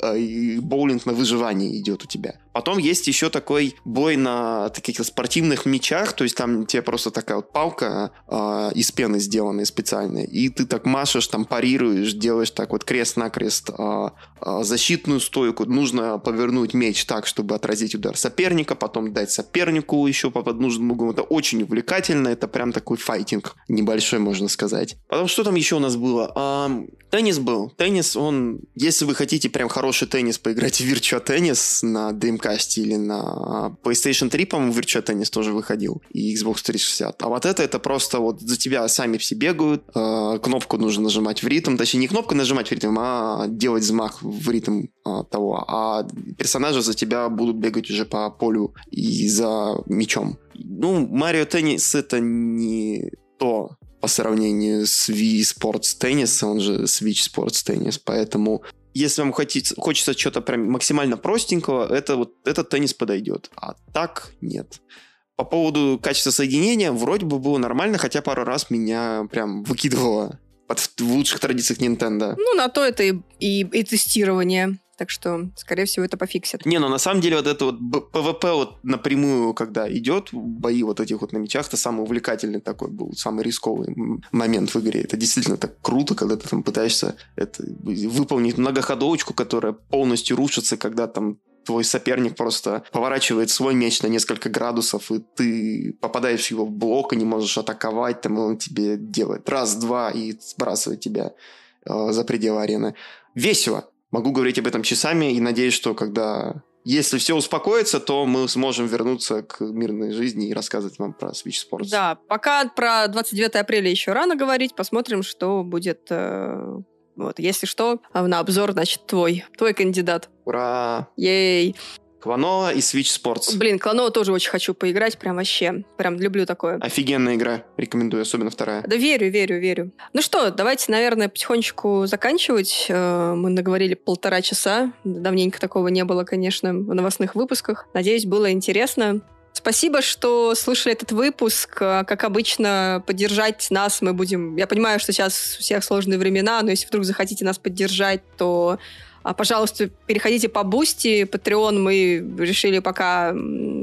и боулинг на выживание идет у тебя. Потом есть еще такой бой на таких спортивных мячах, то есть там тебе просто такая вот палка э, из пены сделанная специальная, и ты так машешь, там парируешь, делаешь так вот крест-накрест э, э, защитную стойку. Нужно повернуть меч так, чтобы отразить удар соперника, потом дать сопернику еще под нужным углом. Это очень увлекательно, это прям такой файтинг небольшой, можно сказать. Потом что там еще у нас было? А, теннис был. Теннис, он... Если вы хотите прям хороший теннис, поиграть в Virtua Tennis на Dreamcast или на PlayStation три, по-моему, Virtua Tennis тоже выходил, и Xbox триста шестьдесят. А вот это, это просто вот за тебя сами все бегают, э, кнопку нужно нажимать в ритм, точнее, не кнопку нажимать в ритм, а делать взмах в ритм э, того, а персонажи за тебя будут бегать уже по полю и за мячом. Ну, Mario Tennis это не то по сравнению с Wii Sports Tennis, он же Switch Sports Tennis, поэтому если вам хочется, хочется что-то прям максимально простенького, это вот этот теннис подойдет. А так нет. По поводу качества соединения вроде бы было нормально, хотя пару раз меня прям выкидывало под, в лучших традициях Nintendo. Ну, на то это и, и, и тестирование. Так что, скорее всего, это пофиксят. Не, ну на самом деле вот это вот ПВП вот напрямую, когда идет, бои вот этих вот на мечах, это самый увлекательный такой был, самый рисковый момент в игре. Это действительно так круто, когда ты там пытаешься это, выполнить многоходовочку, которая полностью рушится, когда там твой соперник просто поворачивает свой меч на несколько градусов, и ты попадаешь в его блок и не можешь атаковать, там, и он тебе делает раз-два и сбрасывает тебя э, за пределы арены. Весело. Могу говорить об этом часами и надеюсь, что когда... Если все успокоится, то мы сможем вернуться к мирной жизни и рассказывать вам про Switch Sports. Да, пока про двадцать девятого апреля еще рано говорить. Посмотрим, что будет... Э, вот, если что, на обзор, значит, твой. Твой кандидат. Ура! Ей! Кланоа и Switch Sports. Блин, Кланоа тоже очень хочу поиграть, прям вообще. Прям люблю такое. Офигенная игра, рекомендую, особенно вторая. Да верю, верю, верю. Ну что, давайте, наверное, потихонечку заканчивать. Мы наговорили полтора часа. Давненько такого не было, конечно, в новостных выпусках. Надеюсь, было интересно. Спасибо, что слушали этот выпуск. Как обычно, поддержать нас мы будем... Я понимаю, что сейчас у всех сложные времена, но если вдруг захотите нас поддержать, то... Пожалуйста, переходите по Boosty, Patreon мы решили пока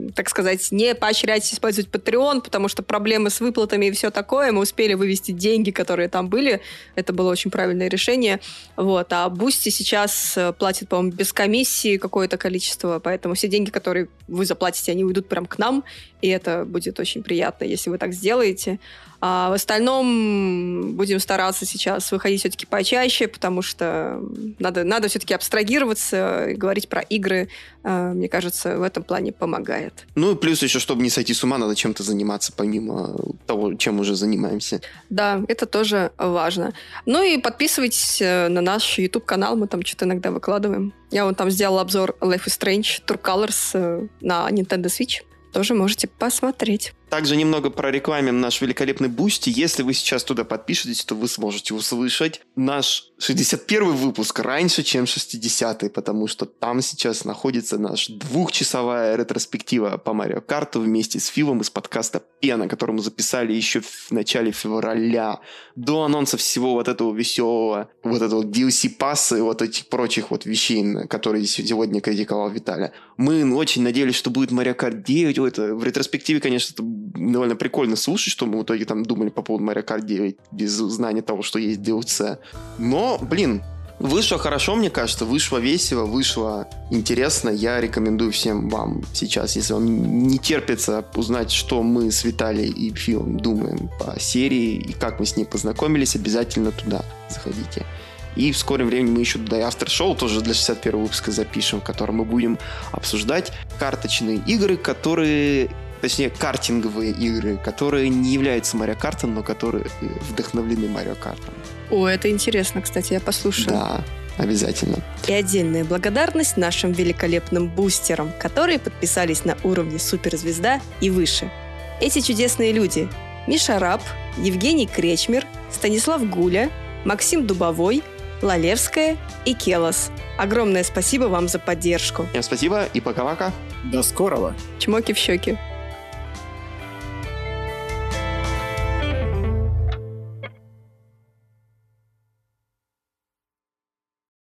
так сказать, не поощрять использовать Patreon, потому что проблемы с выплатами и все такое. Мы успели вывести деньги, которые там были. Это было очень правильное решение. Вот. А Boosty сейчас платит, по-моему, без комиссии какое-то количество, поэтому все деньги, которые вы заплатите, они уйдут прям к нам, и это будет очень приятно, если вы так сделаете. А в остальном будем стараться сейчас выходить все-таки почаще, потому что надо, надо все-таки абстрагироваться и говорить про игры. Мне кажется, в этом плане помогает. Ну и плюс еще, чтобы не сойти с ума, надо чем-то заниматься, помимо того, чем уже занимаемся. Да, это тоже важно. Ну и подписывайтесь на наш YouTube-канал, мы там что-то иногда выкладываем. Я вон там сделала обзор Life is Strange True Colors на Nintendo Switch. Тоже можете посмотреть. Также немного прорекламим наш великолепный Boosty. Если вы сейчас туда подпишетесь, то вы сможете услышать наш шестьдесят первый выпуск раньше, чем шестидесятый, потому что там сейчас находится наш двухчасовая ретроспектива по Марио Карту вместе с Филом из подкаста Пена, который мы записали еще в начале февраля, до анонса всего вот этого веселого, вот этого ди эл си-пасса и вот этих прочих вот вещей, которые сегодня критиковал Виталя. Мы очень надеялись, что будет Марио Карт девять. Это в ретроспективе, конечно, это довольно прикольно слушать, что мы в итоге там думали по поводу Mario Kart девять без знания того, что есть ди эл си. Но, блин, вышло хорошо, мне кажется, вышло весело, вышло интересно. Я рекомендую всем вам сейчас, если вам не терпится узнать, что мы с Виталием и Филом думаем по серии и как мы с ней познакомились, обязательно туда заходите. И в скором времени мы еще туда и автор-шоу тоже для шестьдесят первого выпуска запишем, в котором мы будем обсуждать карточные игры, которые... Точнее, картинговые игры, которые не являются Марио Картом, но которые вдохновлены Марио Картом. О, это интересно, кстати, я послушаю. Да, обязательно. И отдельная благодарность нашим великолепным бустерам, которые подписались на уровне суперзвезда и выше. Эти чудесные люди – Миша Раб, Евгений Кречмер, Станислав Гуля, Максим Дубовой, Лалевская и Келос. Огромное спасибо вам за поддержку. Всем спасибо и пока-пока. До скорого. Чмоки в щеки.